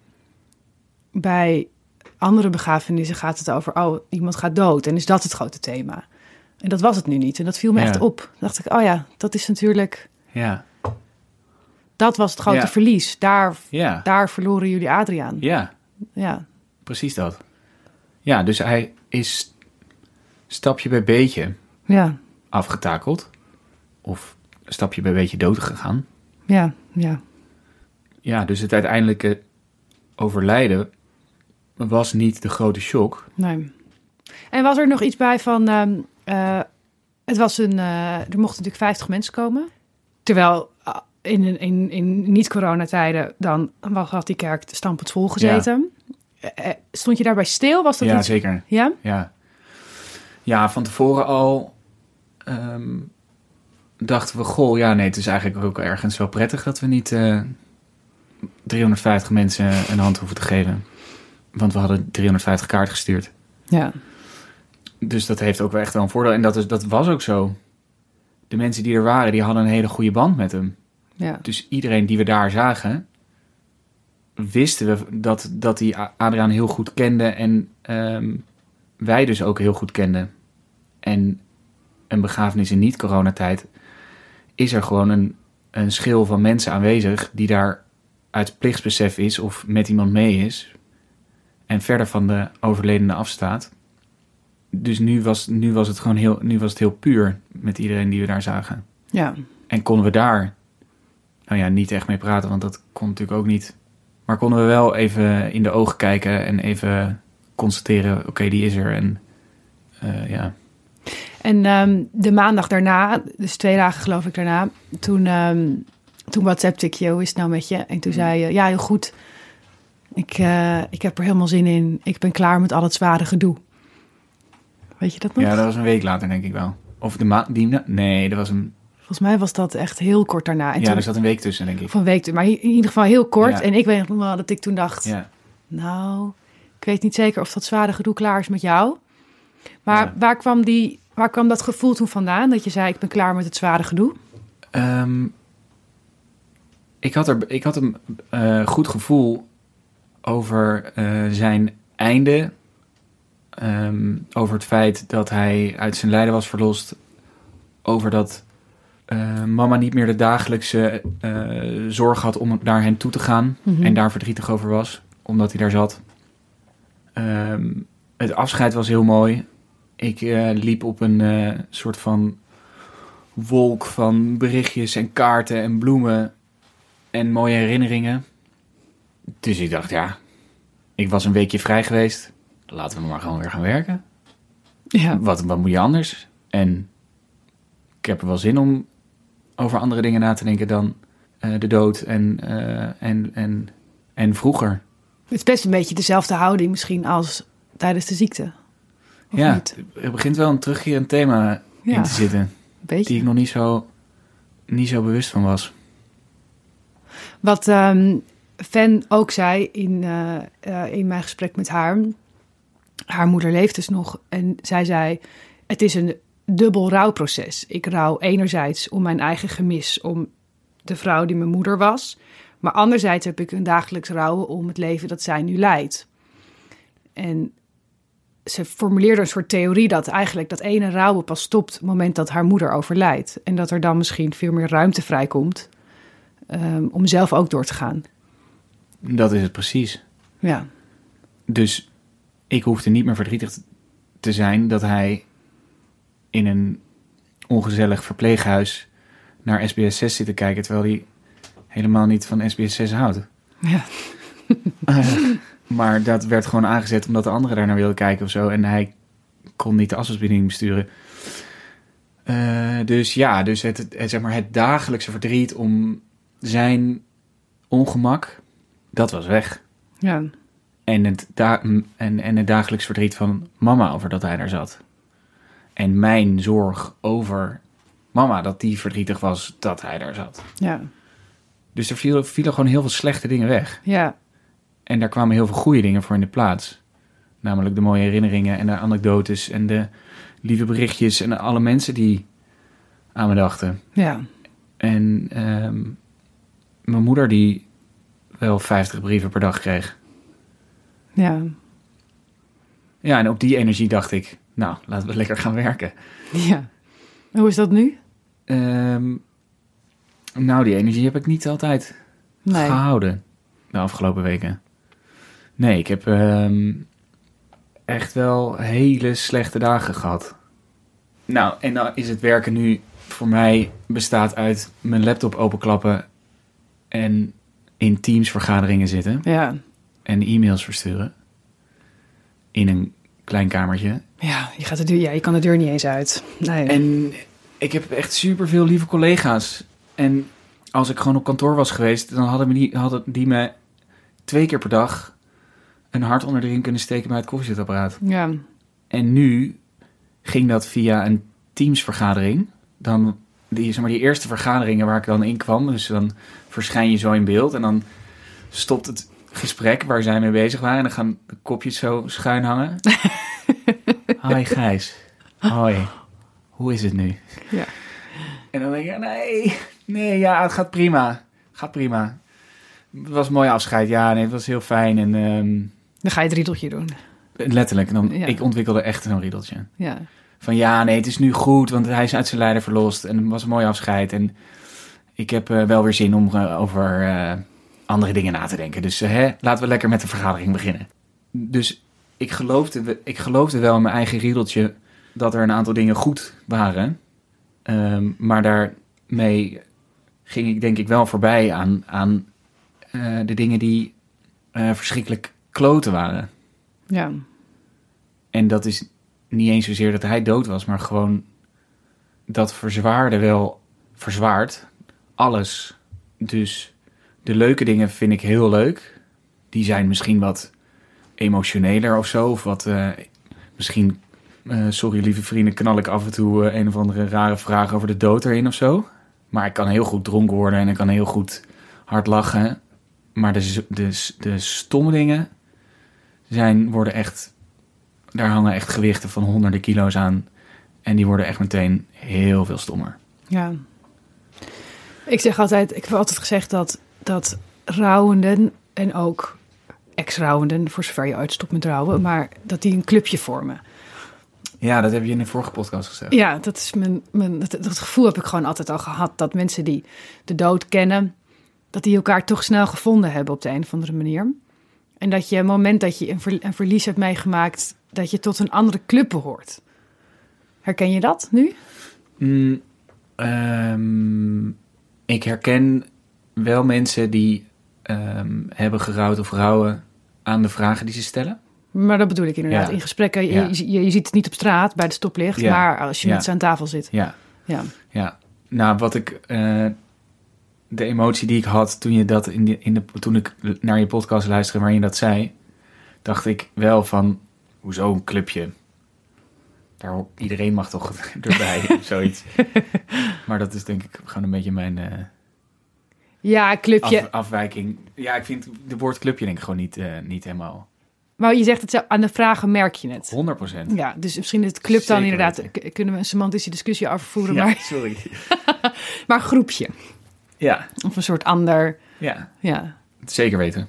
bij andere begrafenissen gaat het over, oh, iemand gaat dood. En is dat het grote thema? En dat was het nu niet. En dat viel me ja. echt op. Dan dacht ik, oh ja, dat is natuurlijk... Ja. Dat was het grote ja. verlies. Daar, ja. daar verloren jullie Adriaan. Ja. Ja. Precies dat. Ja, dus hij is stapje bij beetje Ja. afgetakeld. Of stapje bij beetje dood gegaan. Ja, ja. Ja, dus het uiteindelijke overlijden was niet de grote shock. Nee. En was er nog iets bij van... Um, uh, het was een... Uh, er mochten natuurlijk vijftig mensen komen. Terwijl uh, in, in, in niet-coronatijden... dan was, had die kerk stampend vol gezeten. Ja. Uh, stond je daarbij stil? Was dat ja, iets... zeker. Ja? Ja. Ja, van tevoren al... Um, dachten we, goh, ja, nee, het is eigenlijk ook ergens wel prettig... dat we niet uh, driehonderdvijftig mensen een hand hoeven te geven. Want we hadden driehonderdvijftig kaart gestuurd. Ja. Dus dat heeft ook wel echt wel een voordeel. En dat, is, dat was ook zo. De mensen die er waren, die hadden een hele goede band met hem. Ja. Dus iedereen die we daar zagen... wisten we dat, dat hij Adriaan heel goed kende... en um, wij dus ook heel goed kenden. En een begrafenis in niet-coronatijd... is er gewoon een, een schil van mensen aanwezig... die daar uit plichtsbesef is of met iemand mee is... en verder van de overledene afstaat. Dus nu was, nu was het gewoon heel, nu was het heel puur met iedereen die we daar zagen. Ja. En konden we daar, nou ja, niet echt mee praten, want dat kon natuurlijk ook niet. Maar konden we wel even in de ogen kijken en even constateren, oké, okay, die is er. En uh, ja. En um, de maandag daarna, dus twee dagen geloof ik daarna, toen, um, toen WhatsAppte ik je, hoe is het nou met je? En toen zei je, ja, heel goed. Ik, uh, ik heb er helemaal zin in. Ik ben klaar met al het zware gedoe. Weet je dat nog? Ja, dat was een week later, denk ik wel. Of de maand... Die, nee, dat was een... Volgens mij was dat echt heel kort daarna. En ja, toen, er zat een week tussen, denk ik. Of een week, maar in ieder geval heel kort. Ja. En ik weet nog wel dat ik toen dacht... Ja. Nou, ik weet niet zeker of dat zware gedoe klaar is met jou. Maar Ja. waar, kwam die, waar kwam dat gevoel toen vandaan? Dat je zei, ik ben klaar met het zware gedoe? Um, ik, had er, ik had een uh, goed gevoel over uh, zijn einde... Um, over het feit dat hij uit zijn lijden was verlost. Over dat uh, mama niet meer de dagelijkse uh, zorg had om naar hem toe te gaan. Mm-hmm. En daar verdrietig over was, omdat hij daar zat. Um, het afscheid was heel mooi. Ik uh, liep op een uh, soort van wolk van berichtjes en kaarten en bloemen en mooie herinneringen. Dus ik dacht, ja, ik was een weekje vrij geweest. Laten we maar gewoon weer gaan werken. Ja. Wat, wat moet je anders? En ik heb er wel zin om over andere dingen na te denken dan uh, de dood en, uh, en, en, en vroeger. Het is best een beetje dezelfde houding misschien als tijdens de ziekte. Of ja, niet? Er begint wel een terugkerend thema ja, in te zitten. Beetje. Die ik nog niet zo, niet zo bewust van was. Wat um, Fen ook zei in, uh, uh, in mijn gesprek met haar. Haar moeder leeft dus nog. En zij zei, het is een dubbel rouwproces. Ik rouw enerzijds om mijn eigen gemis, om de vrouw die mijn moeder was. Maar anderzijds heb ik een dagelijks rouwen om het leven dat zij nu leidt. En ze formuleerde een soort theorie dat eigenlijk dat ene rouwen pas stopt op het moment dat haar moeder overlijdt. En dat er dan misschien veel meer ruimte vrijkomt um, om zelf ook door te gaan. Dat is het precies. Ja. Dus ik hoefde niet meer verdrietig te zijn dat hij in een ongezellig verpleeghuis naar S B S zes zit te kijken, terwijl hij helemaal niet van S B S zes houdt. Ja. uh, maar dat werd gewoon aangezet omdat de anderen daar naar wilden kijken of zo. En hij kon niet de afwasbediening besturen. Uh, dus ja, dus het, het, zeg maar het dagelijkse verdriet om zijn ongemak, dat was weg. Ja. En het, da- en, en het dagelijks verdriet van mama over dat hij daar zat. En mijn zorg over mama, dat die verdrietig was dat hij daar zat. Ja. Dus er vielen, vielen gewoon heel veel slechte dingen weg. Ja. En daar kwamen heel veel goede dingen voor in de plaats. Namelijk de mooie herinneringen en de anekdotes en de lieve berichtjes en alle mensen die aan me dachten. Ja. En um, mijn moeder die wel vijftig brieven per dag kreeg. Ja. Ja, en op die energie dacht ik, nou, laten we lekker gaan werken. Ja. Hoe is dat nu? Um, nou, die energie heb ik niet altijd nee. gehouden de afgelopen weken. Nee, ik heb um, echt wel hele slechte dagen gehad. Nou, en dan is het werken nu voor mij bestaat uit mijn laptop openklappen en in Teams vergaderingen zitten. Ja. En e-mails versturen. In een klein kamertje. Ja, je, gaat de deur, ja, je kan de deur niet eens uit. Nee. En ik heb echt superveel lieve collega's. En als ik gewoon op kantoor was geweest, dan hadden, me die, hadden die me twee keer per dag een hart onder de riem kunnen steken bij het koffiezetapparaat. Ja. En nu ging dat via een Teams-vergadering. Dan die, zeg maar, die eerste vergaderingen waar ik dan in kwam. Dus dan verschijn je zo in beeld en dan stopt het gesprek waar zij mee bezig waren. En dan gaan de kopjes zo schuin hangen. Hoi Gijs. Hoi. Hoe is het nu? Ja. En dan denk ik, nee, nee, ja, het gaat prima. Gaat prima. Het was een mooi afscheid. Ja, nee, het was heel fijn. En, um, dan ga je het riedeltje doen. Letterlijk. En dan, ja. Ik ontwikkelde echt zo'n riedeltje. Ja. Van ja, nee, het is nu goed, want hij is uit zijn lijden verlost. En het was een mooi afscheid. En ik heb uh, wel weer zin om uh, over uh, andere dingen na te denken. Dus uh, hè, laten we lekker met de vergadering beginnen. Dus ik geloofde, ik geloofde wel in mijn eigen riedeltje dat er een aantal dingen goed waren. Um, maar daarmee ging ik denk ik wel voorbij aan, aan uh, de dingen die uh, verschrikkelijk kloten waren. Ja. En dat is niet eens zozeer dat hij dood was, maar gewoon dat verzwaarde wel verzwaard alles. Dus de leuke dingen vind ik heel leuk. Die zijn misschien wat emotioneler of zo. Of wat uh, misschien, uh, sorry lieve vrienden, knal ik af en toe uh, een of andere rare vraag over de dood erin of zo. Maar ik kan heel goed dronken worden en ik kan heel goed hard lachen. Maar de, de, de stomme dingen zijn, worden echt, daar hangen echt gewichten van honderden kilo's aan. En die worden echt meteen heel veel stommer. Ja. Ik zeg altijd, ik heb altijd gezegd dat, dat rouwenden en ook ex-rouwenden, voor zover je uitstopt met rouwen, maar dat die een clubje vormen. Ja, dat heb je in de vorige podcast gezegd. Ja, dat is mijn, mijn, dat, dat gevoel heb ik gewoon altijd al gehad. Dat mensen die de dood kennen, dat die elkaar toch snel gevonden hebben op de een of andere manier. En dat je op het moment dat je een, ver, een verlies hebt meegemaakt, dat je tot een andere club behoort. Herken je dat nu? Mm, um, ik herken wel mensen die um, hebben gerouwd of rouwen aan de vragen die ze stellen. Maar dat bedoel ik inderdaad. Ja. In gesprekken, je, Ja. je, je ziet het niet op straat bij de stoplicht, Ja. maar als je Ja. met ze aan tafel zit. Ja, Ja. ja. Nou, wat ik... Uh, de emotie die ik had toen, je dat in de, in de, toen ik naar je podcast luisterde waarin je dat zei, dacht ik wel van, hoezo een clubje? Daar, iedereen mag toch erbij, of zoiets. Maar dat is denk ik gewoon een beetje mijn uh, Ja, clubje. af, afwijking. Ja, ik vind de woord clubje denk ik gewoon niet, uh, niet helemaal... Maar je zegt het zelf, aan de vragen merk je het. honderd procent. Ja, dus misschien is het club dan Zeker inderdaad, weten. k- kunnen we een semantische discussie over voeren, Ja, maar, sorry. maar groepje. Ja, Of een soort ander, ja, ja. zeker weten.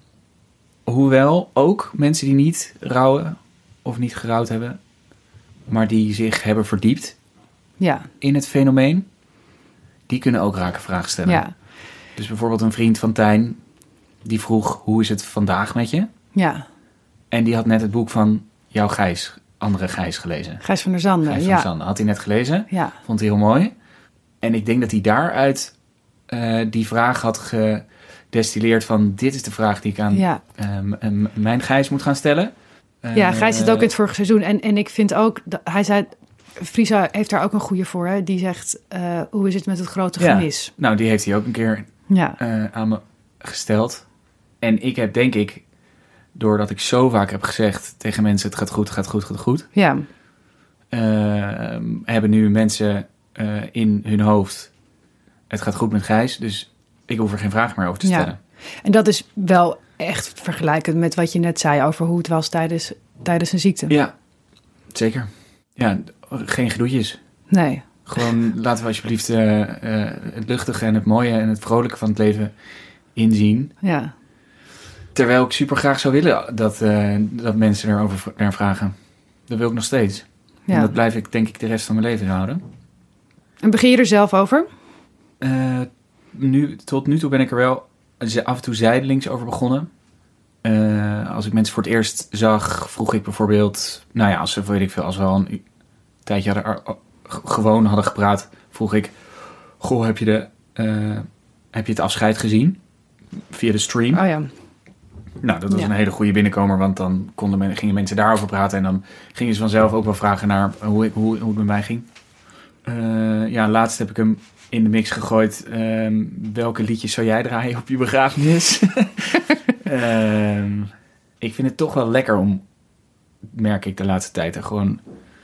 Hoewel ook mensen die niet rouwen of niet gerouwd hebben, maar die zich hebben verdiept Ja, in het fenomeen, die kunnen ook rake vragen stellen. ja, Dus bijvoorbeeld een vriend van Tijn, die vroeg, hoe is het vandaag met je? ja. En die had net het boek van jouw Gijs, andere Gijs, gelezen. Gijs van der Zanden, Gijs van ja. der Zanden had hij net gelezen. Ja, Vond hij heel mooi. En ik denk dat hij daaruit uh, die vraag had gedestilleerd van, dit is de vraag die ik aan ja. um, um, mijn Gijs moet gaan stellen. Uh, Ja, Gijs zit ook in het vorige seizoen. En, en ik vind ook, dat, hij zei, Friesa heeft daar ook een goeie voor. Hè? Die zegt, uh, hoe is het met het grote Ja. gemis? Nou, die heeft hij ook een keer Ja, uh, aan me gesteld. En ik heb denk ik, doordat ik zo vaak heb gezegd tegen mensen, het gaat goed, het gaat goed, het gaat goed. ja, Uh, hebben nu mensen uh, in hun hoofd, het gaat goed met Gijs, dus ik hoef er geen vraag meer over te Ja. stellen. en dat is wel echt vergelijkend met wat je net zei over hoe het was tijdens, tijdens een ziekte. Ja, zeker. Ja, geen gedoetjes. Nee, Gewoon laten we alsjeblieft uh, uh, het luchtige en het mooie en het vrolijke van het leven inzien. ja, Terwijl ik super graag zou willen dat, uh, dat mensen erover naar vragen. Dat wil ik nog steeds. En ja. dat blijf ik denk ik de rest van mijn leven houden. En begin je er zelf over? Uh, nu, tot nu toe ben ik er wel af en toe zijdelings over begonnen. Uh, als ik mensen voor het eerst zag, vroeg ik bijvoorbeeld... Nou ja, als, weet ik veel, als we al een u- tijdje hadden, uh, gewoon hadden gepraat... vroeg ik, goh, heb je, de, uh, heb je het afscheid gezien? Via de stream. Oh ja, Nou, dat was Ja. een hele goede binnenkomer, want dan konden men, gingen mensen daarover praten... en dan gingen ze vanzelf ook wel vragen naar hoe, ik, hoe, hoe het met mij ging. Uh, ja, laatst heb ik hem in de mix gegooid. Um, welke liedjes zou jij draaien op je begrafenis? um, ik vind het toch wel lekker om, merk ik de laatste tijd... er gewoon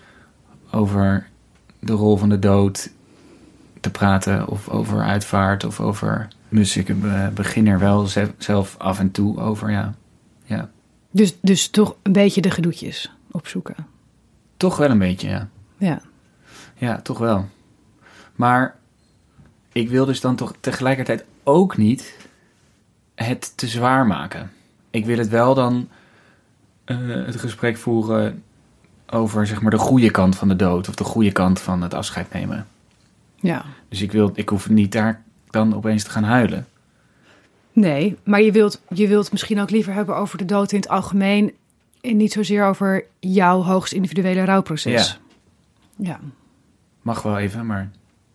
over de rol van de dood te praten... of over uitvaart of over muziek. Ik uh, begin er wel ze- zelf af en toe over, ja. ja. dus, dus toch een beetje de gedoetjes opzoeken. Toch wel een beetje, ja. Ja, Ja, toch wel. Maar ik wil dus dan toch tegelijkertijd ook niet het te zwaar maken. Ik wil het wel dan uh, het gesprek voeren over zeg maar de goede kant van de dood... of de goede kant van het afscheid nemen. ja. Dus ik, wil, ik hoef niet daar dan opeens te gaan huilen. Nee, maar je wilt, je wilt misschien ook liever hebben over de dood in het algemeen... en niet zozeer over jouw hoogst individuele rouwproces. Ja. Ja. Mag wel even, maar...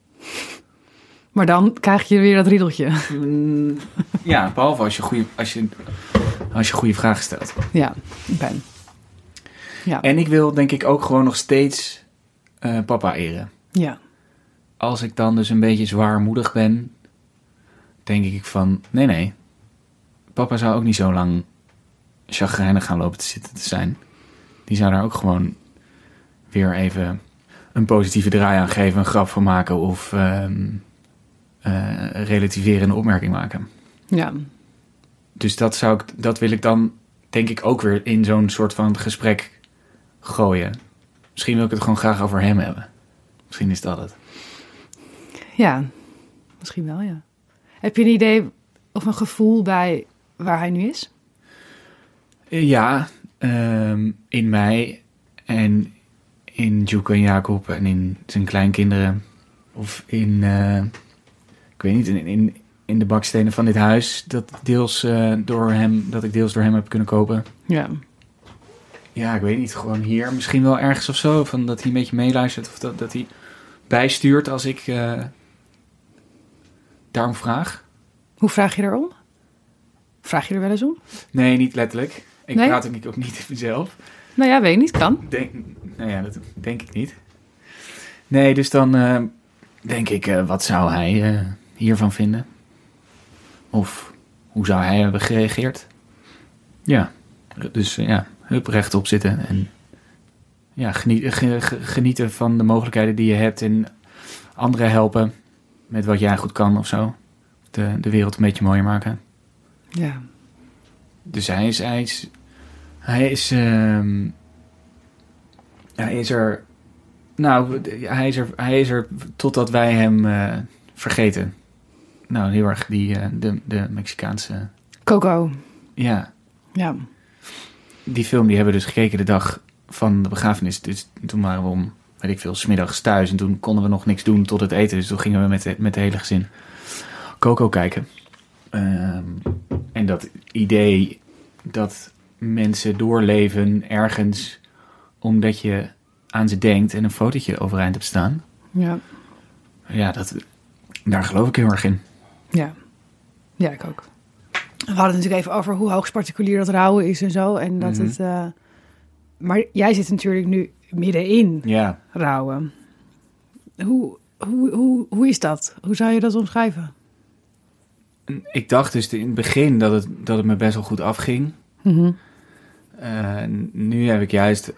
Maar dan krijg je weer dat riedeltje. Mm, ja, behalve als je goede, als je, als je goede vragen stelt. Ja, oké. Ja, En ik wil denk ik ook gewoon nog steeds uh, papa eren. ja, Als ik dan dus een beetje zwaarmoedig ben, denk ik van, nee, nee. Papa zou ook niet zo lang chagrijnig gaan lopen te zitten te zijn. Die zou daar ook gewoon weer even een positieve draai aan geven, een grap van maken of um, uh, relativerende opmerking maken. ja. Dus dat, zou ik, dat wil ik dan, denk ik, ook weer in zo'n soort van gesprek gooien. Misschien wil ik het gewoon graag over hem hebben. Misschien is dat het. Ja, misschien wel, ja. Heb je een idee of een gevoel bij waar hij nu is? Ja, um, in mij en in Djoeke en Jacob en in zijn kleinkinderen. Of in, uh, ik weet niet, in, in, in de bakstenen van dit huis. Dat, deels, uh, door hem, dat ik deels door hem heb kunnen kopen. Ja. Ja, ik weet niet. Gewoon hier misschien wel ergens of zo. Van dat hij een beetje meeluistert. Of dat, dat hij bijstuurt als ik uh, daarom vraag. Hoe vraag je erom? Vraag je er wel eens om? Nee, niet letterlijk. Ik Nee? praat denk ik ook niet in mezelf. Nou ja, weet je niet, kan. Denk, nou ja, dat denk ik niet. Nee, dus dan uh, denk ik, uh, wat zou hij uh, hiervan vinden? Of hoe zou hij hebben gereageerd? Ja, dus uh, ja, hup, rechtop zitten en ja, geniet, ge, ge, genieten van de mogelijkheden die je hebt en anderen helpen met wat jij goed kan of zo. De, de wereld een beetje mooier maken. Ja. Dus hij is, hij is, hij is, uh, hij is er, nou, hij is er, hij is er totdat wij hem uh, vergeten. Nou, heel erg die, uh, de, de Mexicaanse, Coco. ja. Ja. Die film die hebben we dus gekeken de dag van de begrafenis. Dus toen waren we om, weet ik veel, 's middags thuis. En toen konden we nog niks doen tot het eten. Dus toen gingen we met de, met de hele gezin Coco kijken. Um, en dat idee dat mensen doorleven ergens omdat je aan ze denkt en een fotootje overeind hebt staan. Ja. Ja, dat, daar geloof ik heel erg in. Ja. Ja, ik ook. We hadden het natuurlijk even over hoe hoogst particulier dat rouwen is en zo. En dat Mm-hmm. het... Uh, maar jij zit natuurlijk nu middenin Ja. rouwen. Hoe, hoe, hoe, hoe is dat? Hoe zou je dat omschrijven? Ik dacht dus in het begin dat het, dat het me best wel goed afging. Mm-hmm. Uh, nu heb ik juist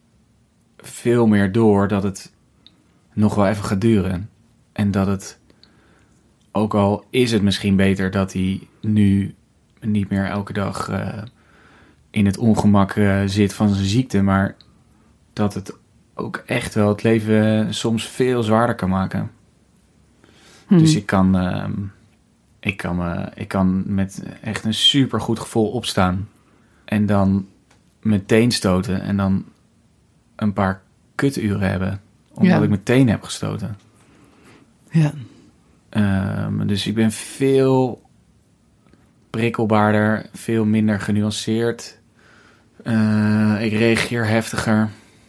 veel meer door dat het nog wel even gaat duren. En dat het, ook al is het misschien beter dat hij nu niet meer elke dag uh, in het ongemak uh, zit van zijn ziekte, maar dat het ook echt wel het leven soms veel zwaarder kan maken. Mm-hmm. Dus ik kan, uh, ik, kan, uh, ik kan met echt een supergoed gevoel opstaan en dan meteen stoten en dan een paar kuturen hebben, omdat Ja. ik meteen heb gestoten. Ja. Um, dus ik ben veel prikkelbaarder, veel minder genuanceerd. Uh, ik reageer heftiger.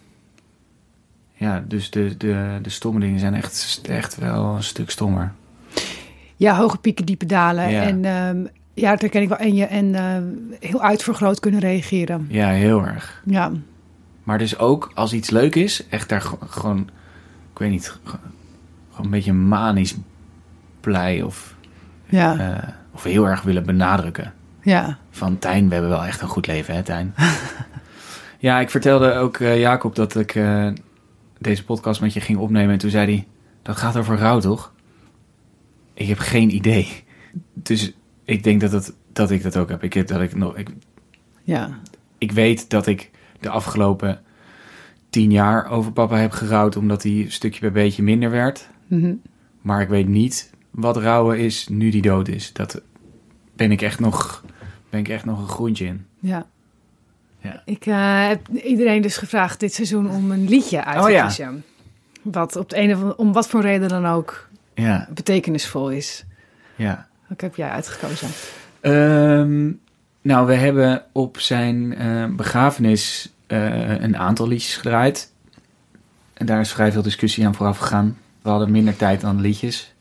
Ja, dus de, de, de stomme dingen zijn echt, echt wel een stuk stommer. Ja, hoge pieken, diepe dalen. Ja. En um, ja, dat herken ik wel. En, je, en uh, heel uitvergroot kunnen reageren. Ja, heel erg. Ja. Maar dus ook als iets leuk is, echt daar g- gewoon, ik weet niet, g- gewoon een beetje manisch blij of, Ja. uh, of heel erg willen benadrukken. Ja. Van Tijn, we hebben wel echt een goed leven, hè Tijn? Ja, ik vertelde ook uh, Jacob dat ik uh, deze podcast met je ging opnemen. En toen zei hij, dat gaat over rouw, toch? Ik heb geen idee. Dus ik denk dat, het, dat ik dat ook heb. Ik, heb, dat ik, nog, ik, Ja. ik weet dat ik de afgelopen tien jaar over papa heb gerouwd, omdat hij stukje bij beetje minder werd. Mm-hmm. Maar ik weet niet wat rouwen is nu die dood is. Dat ben ik echt nog, ben ik echt nog een groentje in. Ja. Ja. Ik uh, heb iedereen dus gevraagd dit seizoen om een liedje uit te Oh ja. kiezen. Wat op de een of andere, om wat voor reden dan ook Ja, betekenisvol is. ja. Wat heb jij uitgekozen? Um, nou, we hebben op zijn uh, begrafenis uh, een aantal liedjes gedraaid. En daar is vrij veel discussie aan vooraf gegaan. We hadden minder tijd dan liedjes.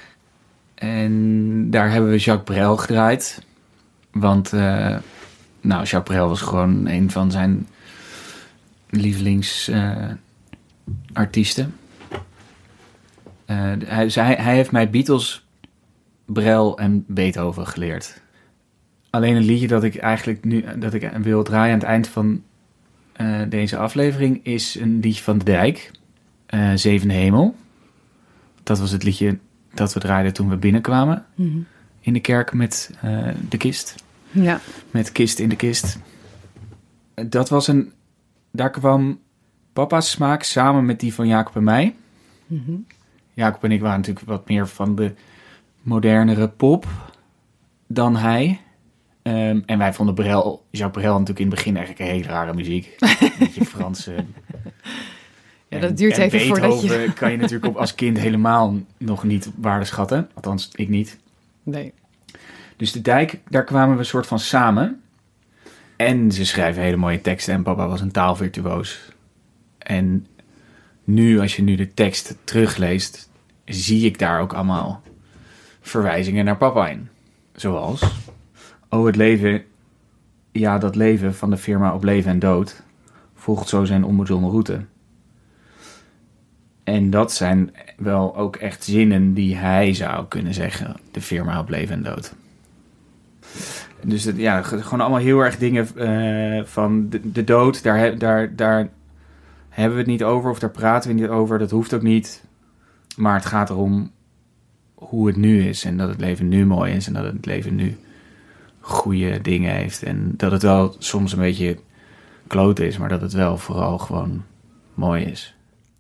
En daar hebben we Jacques Brel gedraaid. Want, uh, nou, Jacques Brel was gewoon een van zijn lievelingsartiesten. Uh, uh, hij, hij, hij heeft mij Beatles, Brel en Beethoven geleerd. Alleen een liedje dat ik eigenlijk nu dat ik wil draaien aan het eind van uh, deze aflevering is een liedje van De Dijk, uh, Zevende Hemel. Dat was het liedje dat we draaiden toen we binnenkwamen Mm-hmm. in de kerk met uh, de kist. Ja. Met kist in de kist. Dat was een, daar kwam papa's smaak samen met die van Jacob en mij. Mm-hmm. Jacob en ik waren natuurlijk wat meer van de modernere pop dan hij. Um, en wij vonden Brel, Jacques Brel natuurlijk in het begin eigenlijk een hele rare muziek. Een beetje Franse Ja, dat duurt en, even en voordat je... Beethoven kan je natuurlijk op als kind helemaal nog niet waardeschatten. Althans, ik niet. Nee. Dus de dijk, daar kwamen we soort van samen. En ze schrijven hele mooie teksten. En papa was een taalvirtuoos. En nu, als je nu de tekst terugleest, zie ik daar ook allemaal verwijzingen naar papa in. Zoals, oh het leven, ja dat leven van de firma op leven en dood, volgt zo zijn onbezonnen route. En dat zijn wel ook echt zinnen die hij zou kunnen zeggen, de firma op leven en dood. Dus het, ja, gewoon allemaal heel erg dingen uh, van de, de dood, daar, daar, daar hebben we het niet over of daar praten we niet over. Dat hoeft ook niet. Maar het gaat erom hoe het nu is en dat het leven nu mooi is en dat het leven nu goede dingen heeft. En dat het wel soms een beetje kloot is, maar dat het wel vooral gewoon mooi is.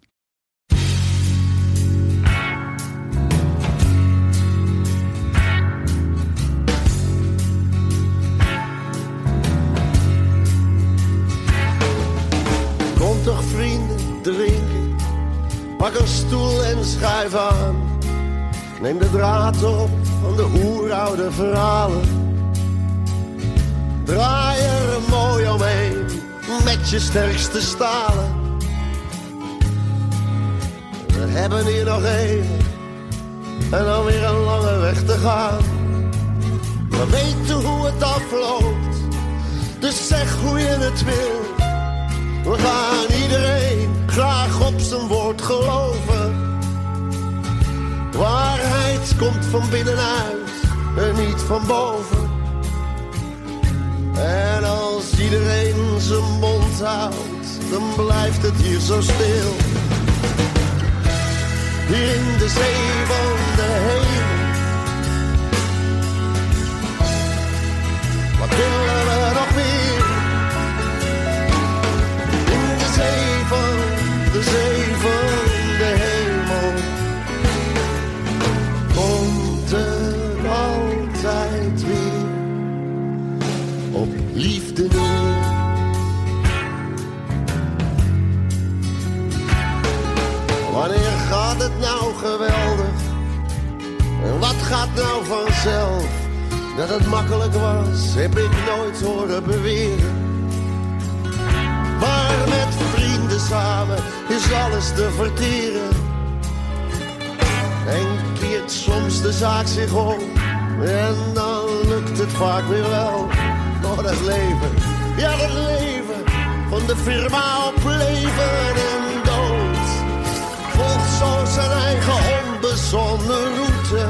Kom toch vrienden, drinken, pak een stoel en schuif aan. Neem de draad op van de oeroude verhalen. Draai er mooi omheen met je sterkste stalen. We hebben hier nog even en dan weer een lange weg te gaan. We weten hoe het afloopt, dus zeg hoe je het wil. We gaan iedereen graag op zijn woord geloven. Waarheid komt van binnenuit en niet van boven. En als iedereen zijn mond houdt, dan blijft het hier zo stil. Hier in de zee van de hemel. Wat willen we nog meer? In de zee van de zee van de hemel. Komt het altijd weer op liefde neer. Wanneer gaat het nou geweldig? En wat gaat nou vanzelf? Dat het makkelijk was, heb ik nooit horen beweren. Maar met vrienden samen is alles te verteren. En keert soms de zaak zich om. En dan lukt het vaak weer wel. Door het leven, ja het leven van de firma op leven en dood. Volgt zo zijn eigen onbezonnen route.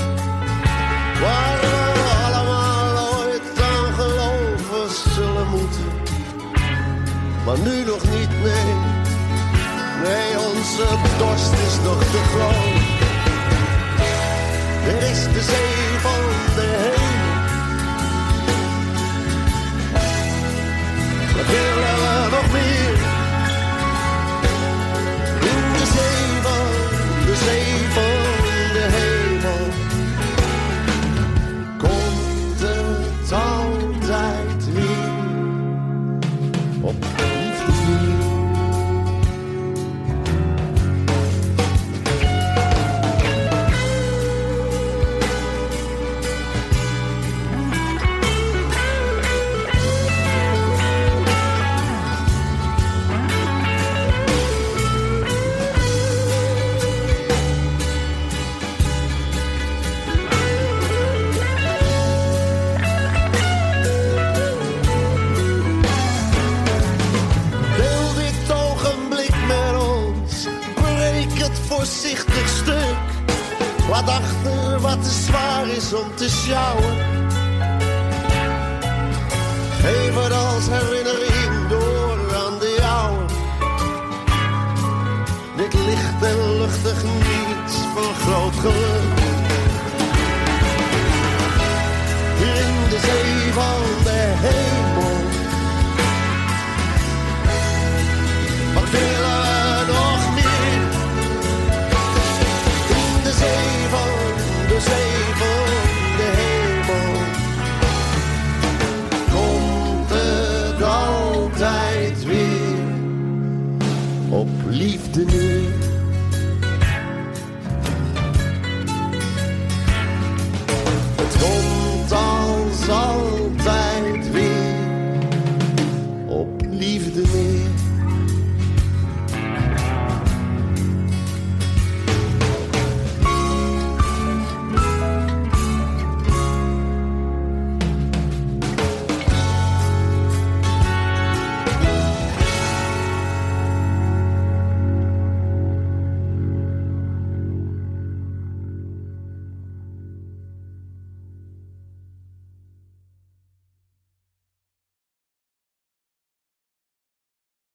Waar we allemaal ooit aan geloven zullen moeten. Maar nu nog niet, nee. Nee, onze dorst is nog te groot. Er is de zee van de hemel. Wat willen we nog meer? In de zee van, de zee van de hemel. Komt het altijd weer op liefde neer. Voorzichtig stuk, laat achter wat te zwaar is om te sjouwen. Geef het als herinnering door aan de jouwe. Dit licht en luchtig niets van groot geluk.